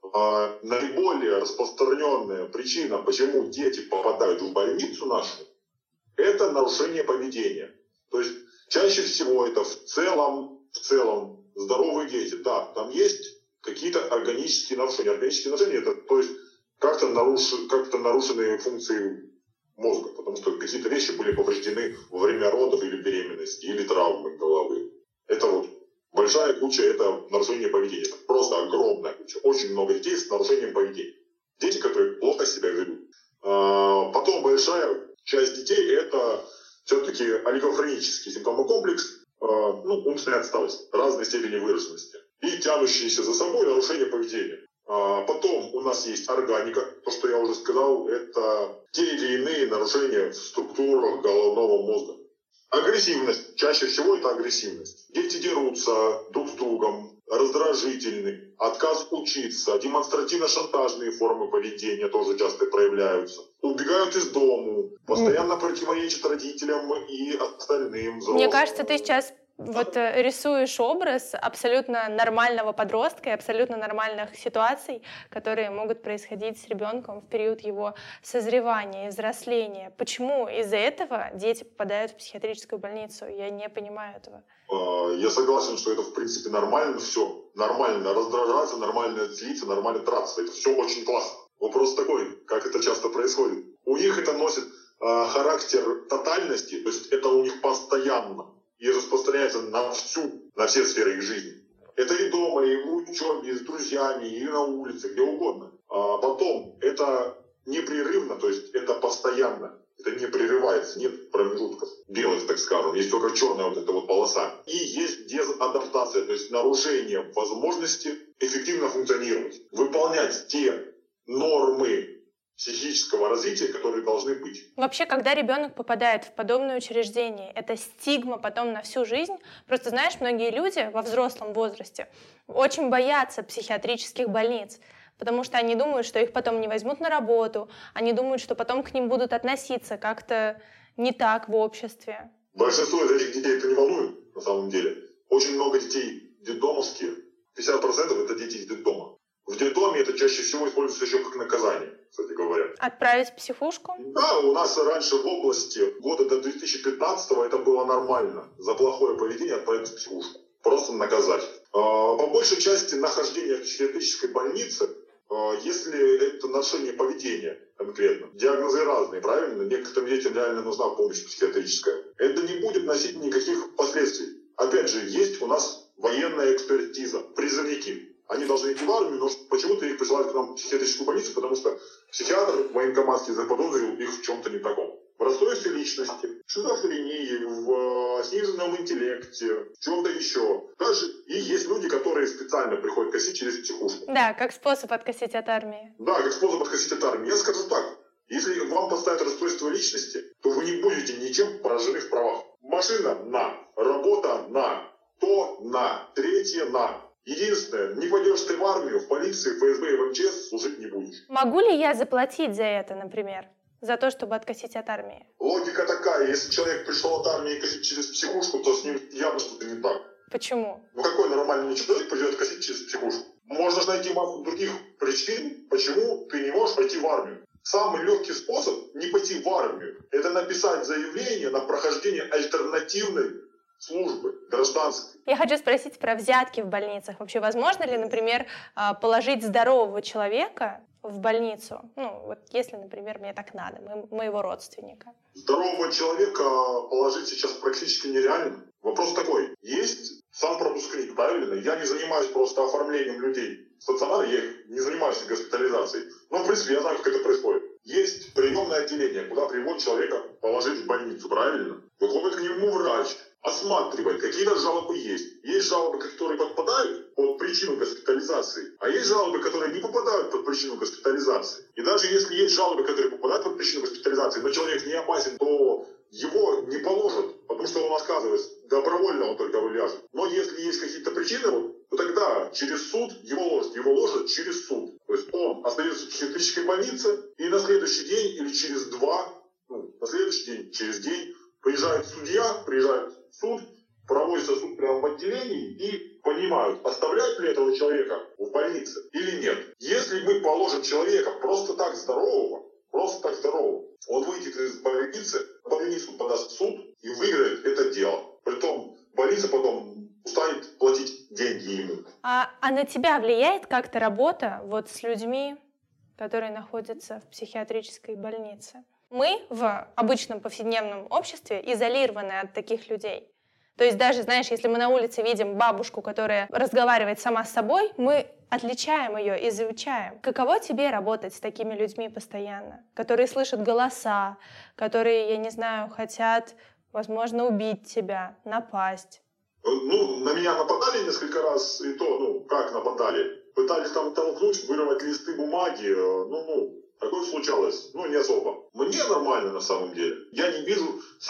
Наиболее распространенная причина, почему дети попадают в больницу нашу, это нарушение поведения. То есть чаще всего это в целом здоровые дети. Да, там есть какие-то органические нарушения. Органические нарушения это, то есть как-то нарушены функции мозга, потому что какие-то вещи были повреждены во время родов или беременности, или травмы головы. Это вот большая куча, это нарушение поведения. Это просто огромная куча. Очень много детей с нарушением поведения. Дети, которые плохо себя ведут. Потом большая часть детей это все-таки олигофренический симптомный комплекс, умственная отсталость разной степени выраженности и тянущиеся за собой нарушения поведения. Потом у нас есть органика, то, что я уже сказал, это те или иные нарушения в структурах головного мозга. Агрессивность. Чаще всего это агрессивность. Дети дерутся друг с другом, раздражительны, отказ учиться, демонстративно-шантажные формы поведения тоже часто проявляются. Убегают из дому, постоянно противоречат родителям и остальным взрослым. Мне кажется, ты сейчас рисуешь образ абсолютно нормального подростка и абсолютно нормальных ситуаций, которые могут происходить с ребенком в период его созревания и взросления. Почему из-за этого дети попадают в психиатрическую больницу? Я не понимаю этого. Я согласен, что это в принципе нормально все. Нормально раздражаться, нормально злиться, нормально драться. Это все очень классно. Вопрос такой, как это часто происходит. У них это носит характер тотальности, то есть это у них постоянно. И распространяется на все сферы их жизни. Это и дома, и в учебе, и с друзьями, и на улице, где угодно. А потом это непрерывно, то есть это постоянно. Это не прерывается, нет промежутков белых, так скажем. Есть только черная вот эта вот полоса. И есть дезадаптация, то есть нарушение возможности эффективно функционировать. Выполнять те нормы психического развития, которые должны быть. Вообще, когда ребенок попадает в подобное учреждение, это стигма потом на всю жизнь. Просто, знаешь, многие люди во взрослом возрасте очень боятся психиатрических больниц, потому что они думают, что их потом не возьмут на работу, они думают, что потом к ним будут относиться как-то не так в обществе. Большинство из этих детей это не волнует, на самом деле. Очень много детей детдомовские, 50% это дети из детдома. В детдоме это чаще всего используется еще как наказание, кстати говоря. Отправить в психушку? Да, у нас раньше в области года до 2015-го это было нормально. За плохое поведение отправить в психушку. Просто наказать. По большей части нахождение в психиатрической больнице, если это нарушение поведения конкретно, диагнозы разные, правильно? Некоторым детям реально нужна помощь психиатрическая. Это не будет носить никаких последствий. Опять же, есть у нас военная экспертиза, призывники. Они должны идти в армию, но почему-то их присылают к нам в психиатрическую больницу, потому что психиатр военкоматский заподозрил их в чем-то не таком. В расстройстве личности, в шизофрении, в сниженном интеллекте, в чем-то еще. Даже и есть люди, которые специально приходят косить через психушку. Да, как способ откосить от армии. Да, как способ откосить от армии. Я скажу так. Если вам поставят расстройство личности, то вы не будете ничем поражены в правах. Машина – на. Работа – на. То – на. Третье – на. Единственное, не пойдешь ты в армию, в полицию, в ФСБ и в МЧС служить не будешь. Могу ли я заплатить за это, например? За то, чтобы откосить от армии? Логика такая, если человек пришел от армии косить через психушку, то с ним явно что-то не так. Почему? Какой нормальный человек придет косить через психушку? Можно найти массу других причин, почему ты не можешь пойти в армию. Самый легкий способ не пойти в армию – это написать заявление на прохождение альтернативной службы гражданской. Я хочу спросить про взятки в больницах. Вообще возможно ли, например, положить здорового человека в больницу? Ну, вот если, например, мне так надо, моего родственника. Здорового человека положить сейчас практически нереально. Вопрос такой. Есть сам пропускник, правильно? Я не занимаюсь просто оформлением людей в стационаре, я не занимаюсь госпитализацией. Но, в принципе, я знаю, как это происходит. Есть приемное отделение, куда приводят человека положить в больницу, правильно? Выходит к нему врач, осматривает, какие-то жалобы есть. Есть жалобы, которые подпадают под причину госпитализации, а есть жалобы, которые не попадают под причину госпитализации. И даже если есть жалобы, которые попадают под причину госпитализации, но человек не опасен, то его не положат, потому что он отказывается. Добровольно он только ляжет. Но если есть какие-то причины, то тогда через суд его ложат через суд. То есть он остается в психиатрической больнице, и на следующий день или через через день приезжает судья, приезжает суд, проводится суд прямо в отделении и понимают, оставлять ли этого человека в больнице или нет. Если мы положим человека просто так здорового, он выйдет из больницы, больницу подаст в суд и выиграет это дело. Притом больница потом устанет платить деньги ему. А на тебя влияет как-то работа вот с людьми, которые находятся в психиатрической больнице? Мы в обычном повседневном обществе изолированы от таких людей. То есть даже, знаешь, если мы на улице видим бабушку, которая разговаривает сама с собой, мы отличаем ее, изучаем. Каково тебе работать с такими людьми постоянно, которые слышат голоса, которые, я не знаю, хотят, возможно, убить тебя, напасть? На меня нападали несколько раз, и то, как нападали? Пытались там толкнуть, вырвать листы бумаги, такое случалось, не особо. Мне нормально на самом деле. Я не вижу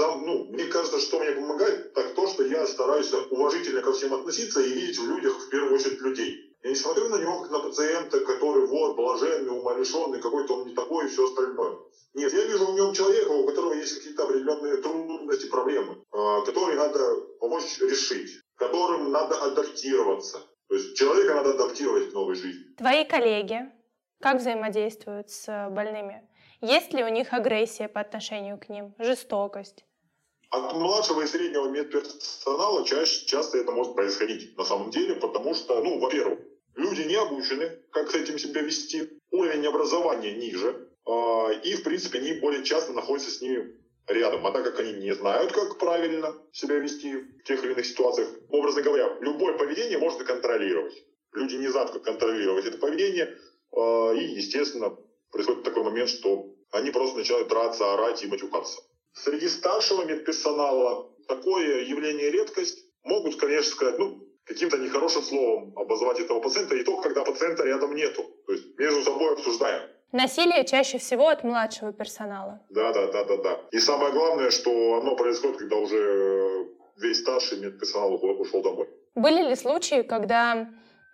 мне кажется, что мне помогает, так то, что я стараюсь уважительно ко всем относиться и видеть в людях в первую очередь людей. Я не смотрю на него как на пациента, который блаженный, умалишенный, какой-то он не такой и все остальное. Нет, я вижу в нем человека, у которого есть какие-то определенные трудности, проблемы, которые надо помочь решить, которым надо адаптироваться. То есть человека надо адаптировать к новой жизни. Твои коллеги как взаимодействуют с больными? Есть ли у них агрессия по отношению к ним, жестокость? От младшего и среднего медперсонала часто это может происходить на самом деле, потому что, во-первых, люди не обучены, как с этим себя вести, уровень образования ниже, и, в принципе, они более часто находятся с ними рядом. А так как они не знают, как правильно себя вести в тех или иных ситуациях, образно говоря, любое поведение можно контролировать. Люди не знают, как контролировать это поведение, и, естественно, происходит такой момент, что они просто начинают драться, орать и матюкаться. Среди старшего медперсонала такое явление редкость. Могут, конечно, сказать, каким-то нехорошим словом обозвать этого пациента, и только когда пациента рядом нету. То есть между собой обсуждаем. Насилие чаще всего от младшего персонала. Да. И самое главное, что оно происходит, когда уже весь старший медперсонал ушел домой. Были ли случаи, когда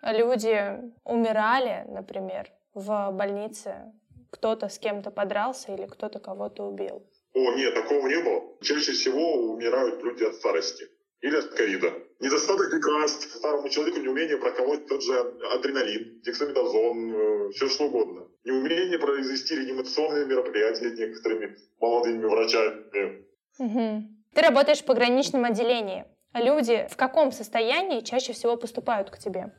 люди умирали, например, в больнице? Кто-то с кем-то подрался или кто-то кого-то убил? Нет, такого не было. Чаще всего умирают люди от старости или от ковида. Недостаток лекарств, старому человеку неумение проколоть тот же адреналин, дексаметазон, все что угодно. Неумение произвести реанимационные мероприятия некоторыми молодыми врачами. Угу. Ты работаешь в пограничном отделении. Люди в каком состоянии чаще всего поступают к тебе?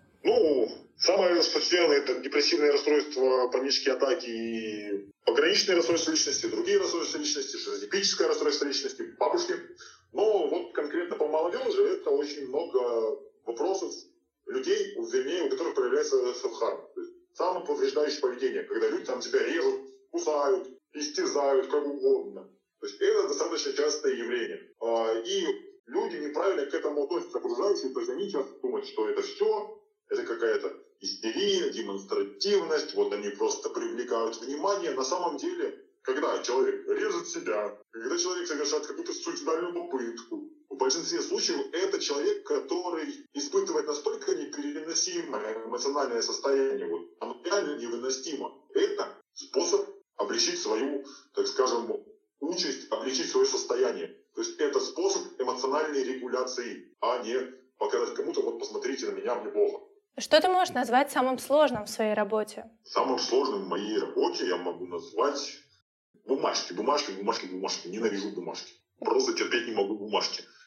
Самое распространенное – это депрессивное расстройство, панические атаки и пограничные расстройства личности, другие расстройства личности, шизотипическое расстройство личности, бабушки. Но конкретно по молодежи это очень много вопросов людей, у которых проявляется садхарма. То есть самоповреждающее поведение, когда люди себя режут, кусают, истязают, как угодно. То есть это достаточно частое явление. И люди неправильно к этому относятся, окружающие, то есть они часто думают, что это все. Это какая-то истерия, демонстративность, они просто привлекают внимание. На самом деле, когда человек режет себя, когда человек совершает какую-то суицидальную попытку, в большинстве случаев это человек, который испытывает настолько непереносимое эмоциональное состояние, оно реально невыносимо. Это способ облегчить свою, так скажем, участь, облегчить свое состояние. То есть это способ эмоциональной регуляции, а не показать кому-то, посмотрите на меня, мне плохо. Что ты можешь назвать самым сложным в своей работе? Самым сложным в моей работе я могу назвать бумажки. Ненавижу бумажки. Просто терпеть не могу бумажки.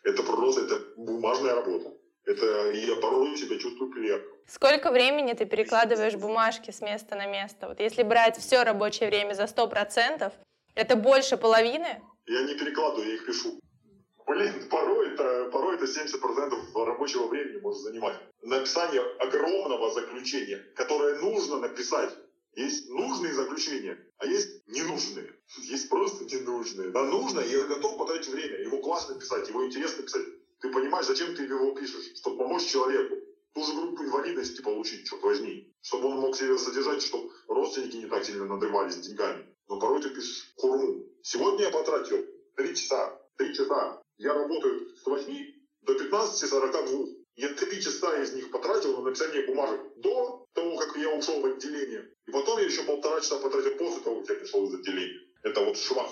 Это бумажная работа. Это я порой себя чувствую клерком. Сколько времени ты перекладываешь бумажки с места на место? Вот если брать все рабочее время за 100%, это больше половины? Я не перекладываю, я их пишу. Порой это 70% рабочего времени может занимать. Написание огромного заключения, которое нужно написать. Есть нужные заключения, а есть ненужные. Есть просто ненужные. А нужно, и я готов потратить время. Его классно писать, его интересно писать. Ты понимаешь, зачем ты его пишешь? Чтобы помочь человеку. Ту же группу инвалидности получить, черт возьми. Чтобы он мог себя содержать, чтобы родственники не так сильно надрывались деньгами. Но порой ты пишешь хурму. Сегодня я потратил 3 часа. 3 часа. Я работаю с 8 до 15:42. Я 3 часа из них потратил на написание бумажек до того, как я ушел в отделение. И потом я еще 1,5 часа потратил после того, как я пришел из отделения. Это вот швах.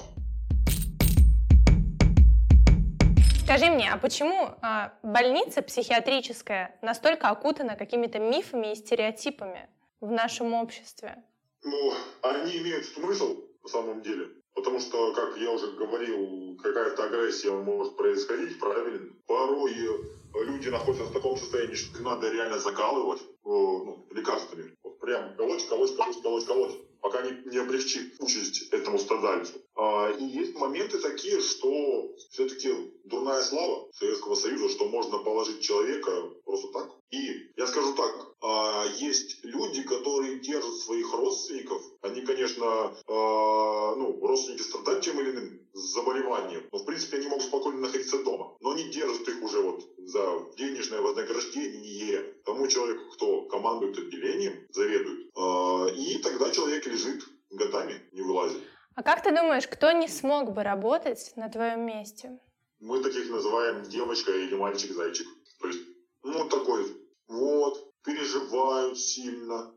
Скажи мне, а почему больница психиатрическая настолько окутана какими-то мифами и стереотипами в нашем обществе? Ну, они имеют смысл на самом деле. Потому что, как я уже говорил, какая-то агрессия может происходить, правильно? Порой люди находятся в таком состоянии, что их надо реально закалывать лекарствами. Вот прям колоть, пока не облегчит участь этому страдальцу. И есть моменты такие, что все-таки дурная слава Советского Союза, что можно положить человека просто так. И я скажу так, есть люди, которые держат своих родственников. Они, конечно, родственники страдают тем или иным заболеванием, но в принципе они могут спокойно находиться дома. Но они держат их уже вот за денежное вознаграждение тому человеку, кто командует отделением, заведует. И тогда человек лежит годами, не вылазит. А как ты думаешь, кто не смог бы работать на твоем месте? Мы таких называем девочка или мальчик-зайчик. То есть, такой, переживают сильно,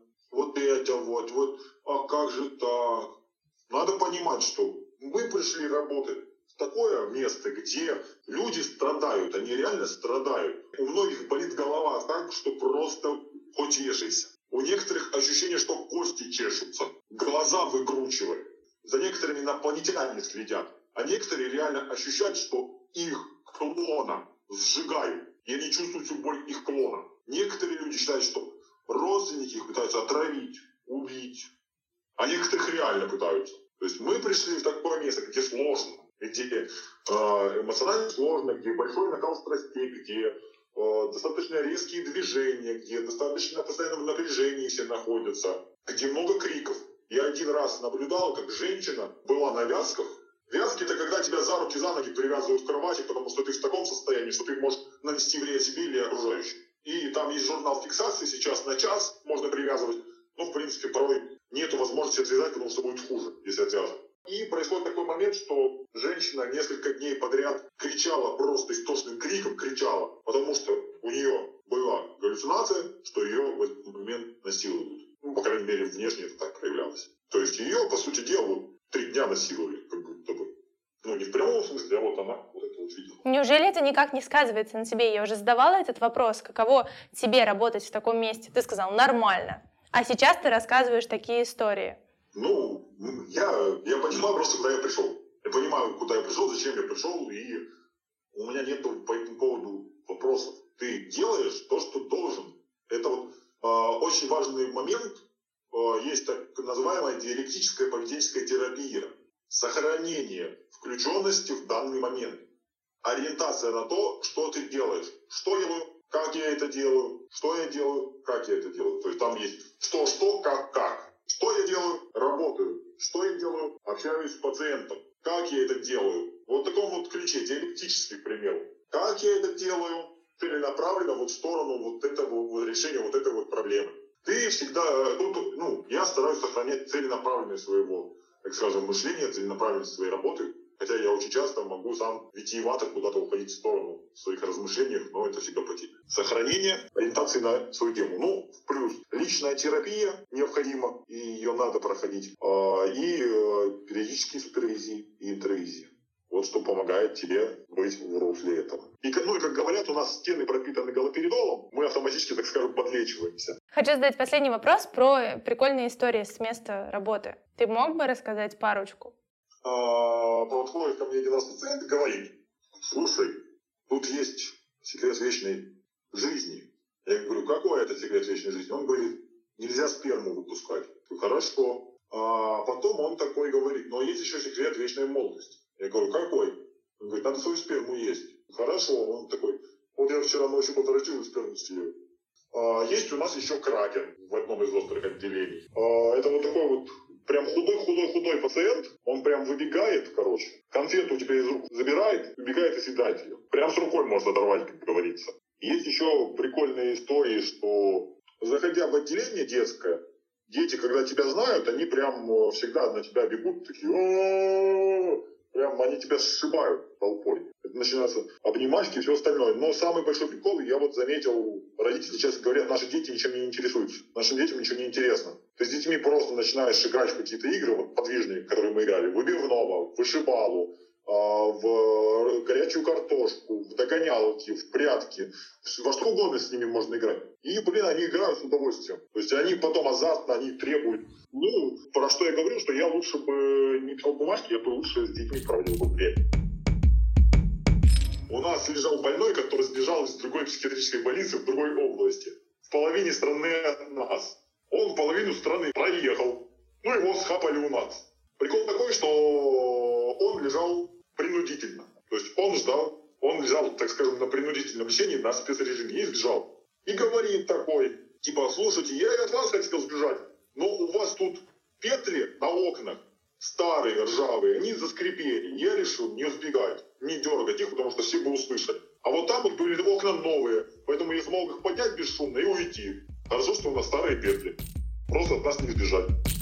а как же так? Надо понимать, что мы пришли работать в такое место, где люди страдают, они реально страдают. У многих болит голова так, что просто хоть вешайся. У некоторых ощущение, что кости чешутся, глаза выкручивают. За некоторыми инопланетяне следят, а некоторые реально ощущают, что их клона сжигают, и они чувствуют всю боль их клона. Некоторые люди считают, что родственники их пытаются отравить, убить, а некоторых реально пытаются. То есть мы пришли в такое место, где сложно, где эмоционально сложно, где большой накал страстей, где достаточно резкие движения, где достаточно постоянно в напряжении все находятся, где много криков. Я один раз наблюдал, как женщина была на вязках. Вязки — это когда тебя за руки, за ноги привязывают к кровати, потому что ты в таком состоянии, что ты можешь нанести вред себе или окружающим. И там есть журнал фиксации, сейчас на час можно привязывать, но в принципе порой нету возможности отвязать, потому что будет хуже, если отвязывать. И происходит такой момент, что женщина несколько дней подряд кричала, просто истошным криком кричала, потому что у нее была галлюцинация, что ее в этот момент насилуют. По крайней мере, внешне это так проявлялось. То есть ее, по сути дела, 3 дня насиловали, как будто бы. Не в прямом смысле, а вот она это видела. Неужели это никак не сказывается на тебе? Я уже задавала этот вопрос, каково тебе работать в таком месте? Ты сказал, нормально. А сейчас ты рассказываешь такие истории. Я понимаю просто, куда я пришел. Я понимаю, куда я пришел, зачем я пришел, и у меня нет по этому поводу вопросов. Ты делаешь то, что должен. Это очень важный момент. Есть так называемая диалектическая поведенческая терапия. Сохранение включенности в данный момент. Ориентация на то, что ты делаешь. Что я делаю, как я это делаю, что я делаю, как я это делаю. То есть там есть что, как. Что я делаю? Работаю. Что я делаю? Общаюсь с пациентом. Как я это делаю? Вот в таком ключе, диалектический, к примеру. Как я это делаю? Целенаправленно в сторону этого решения этой проблемы. Ты всегда, я стараюсь сохранять целенаправленность своего, так скажем, мышления, целенаправленность своей работы. Хотя я очень часто могу сам витиевато куда-то уходить в сторону в своих размышлениях, но это всегда потеря. Сохранение ориентации на свою тему. Плюс личная терапия необходима, и ее надо проходить. И периодические супервизии и интервизии. Вот что помогает тебе быть в русле этого. И как говорят, у нас стены пропитаны галоперидолом, мы автоматически, так скажем, подлечиваемся. Хочу задать последний вопрос про прикольные истории с места работы. Ты мог бы рассказать парочку? Подходит ко мне один раз пациент и говорит: слушай, тут есть секрет вечной жизни. Я говорю, какой это секрет вечной жизни? Он говорит, нельзя сперму выпускать. Я говорю, хорошо. А потом он такой говорит, но есть еще секрет вечной молодости. Я говорю, какой? Он говорит, надо свою сперму есть. Хорошо. Он такой, вот я вчера ночью поторочил и сперму съел. Есть у нас еще кракен в одном из острых отделений. Это вот такой вот прям худой пациент. Он прям выбегает, конфету у тебя из рук забирает, выбегает и съедает ее. Прям с рукой можно оторвать, как говорится. Есть еще прикольные истории, что заходя в отделение детское, дети, когда тебя знают, они прям всегда на тебя бегут, такие, прям они тебя сшибают толпой. Это начинаются обнимашки и все остальное. Но самый большой прикол, я вот заметил, родители часто говорят, наши дети ничем не интересуются. Нашим детям ничего не интересно. То есть с детьми просто начинаешь играть в какие-то игры, вот подвижные, которые мы играли, в выбивного, в вышибалу, в горячую картошку, в догонялки, в прятки. Во что угодно с ними можно играть. И, они играют с удовольствием. То есть они потом азартно, они требуют. Про что я говорил, что я лучше бы не писал бумажки, я бы лучше с детьми проводил бы время. У нас лежал больной, который сбежал из другой психиатрической больницы в другой области. В половине страны от нас. Он половину страны проехал. Его схапали у нас. Прикол такой, что он лежал принудительно. То есть он лежал, так скажем, на принудительном лечении, на спецрежиме, и сбежал. И говорит такой, слушайте, я и от вас хотел сбежать, но у вас тут петли на окнах старые, ржавые, они заскрипели. Я решил не сбегать, не дергать их, потому что все бы услышали. А вот там вот были окна новые, поэтому я смог их поднять бесшумно и уйти. Хорошо, что у нас старые петли. Просто от нас не сбежать.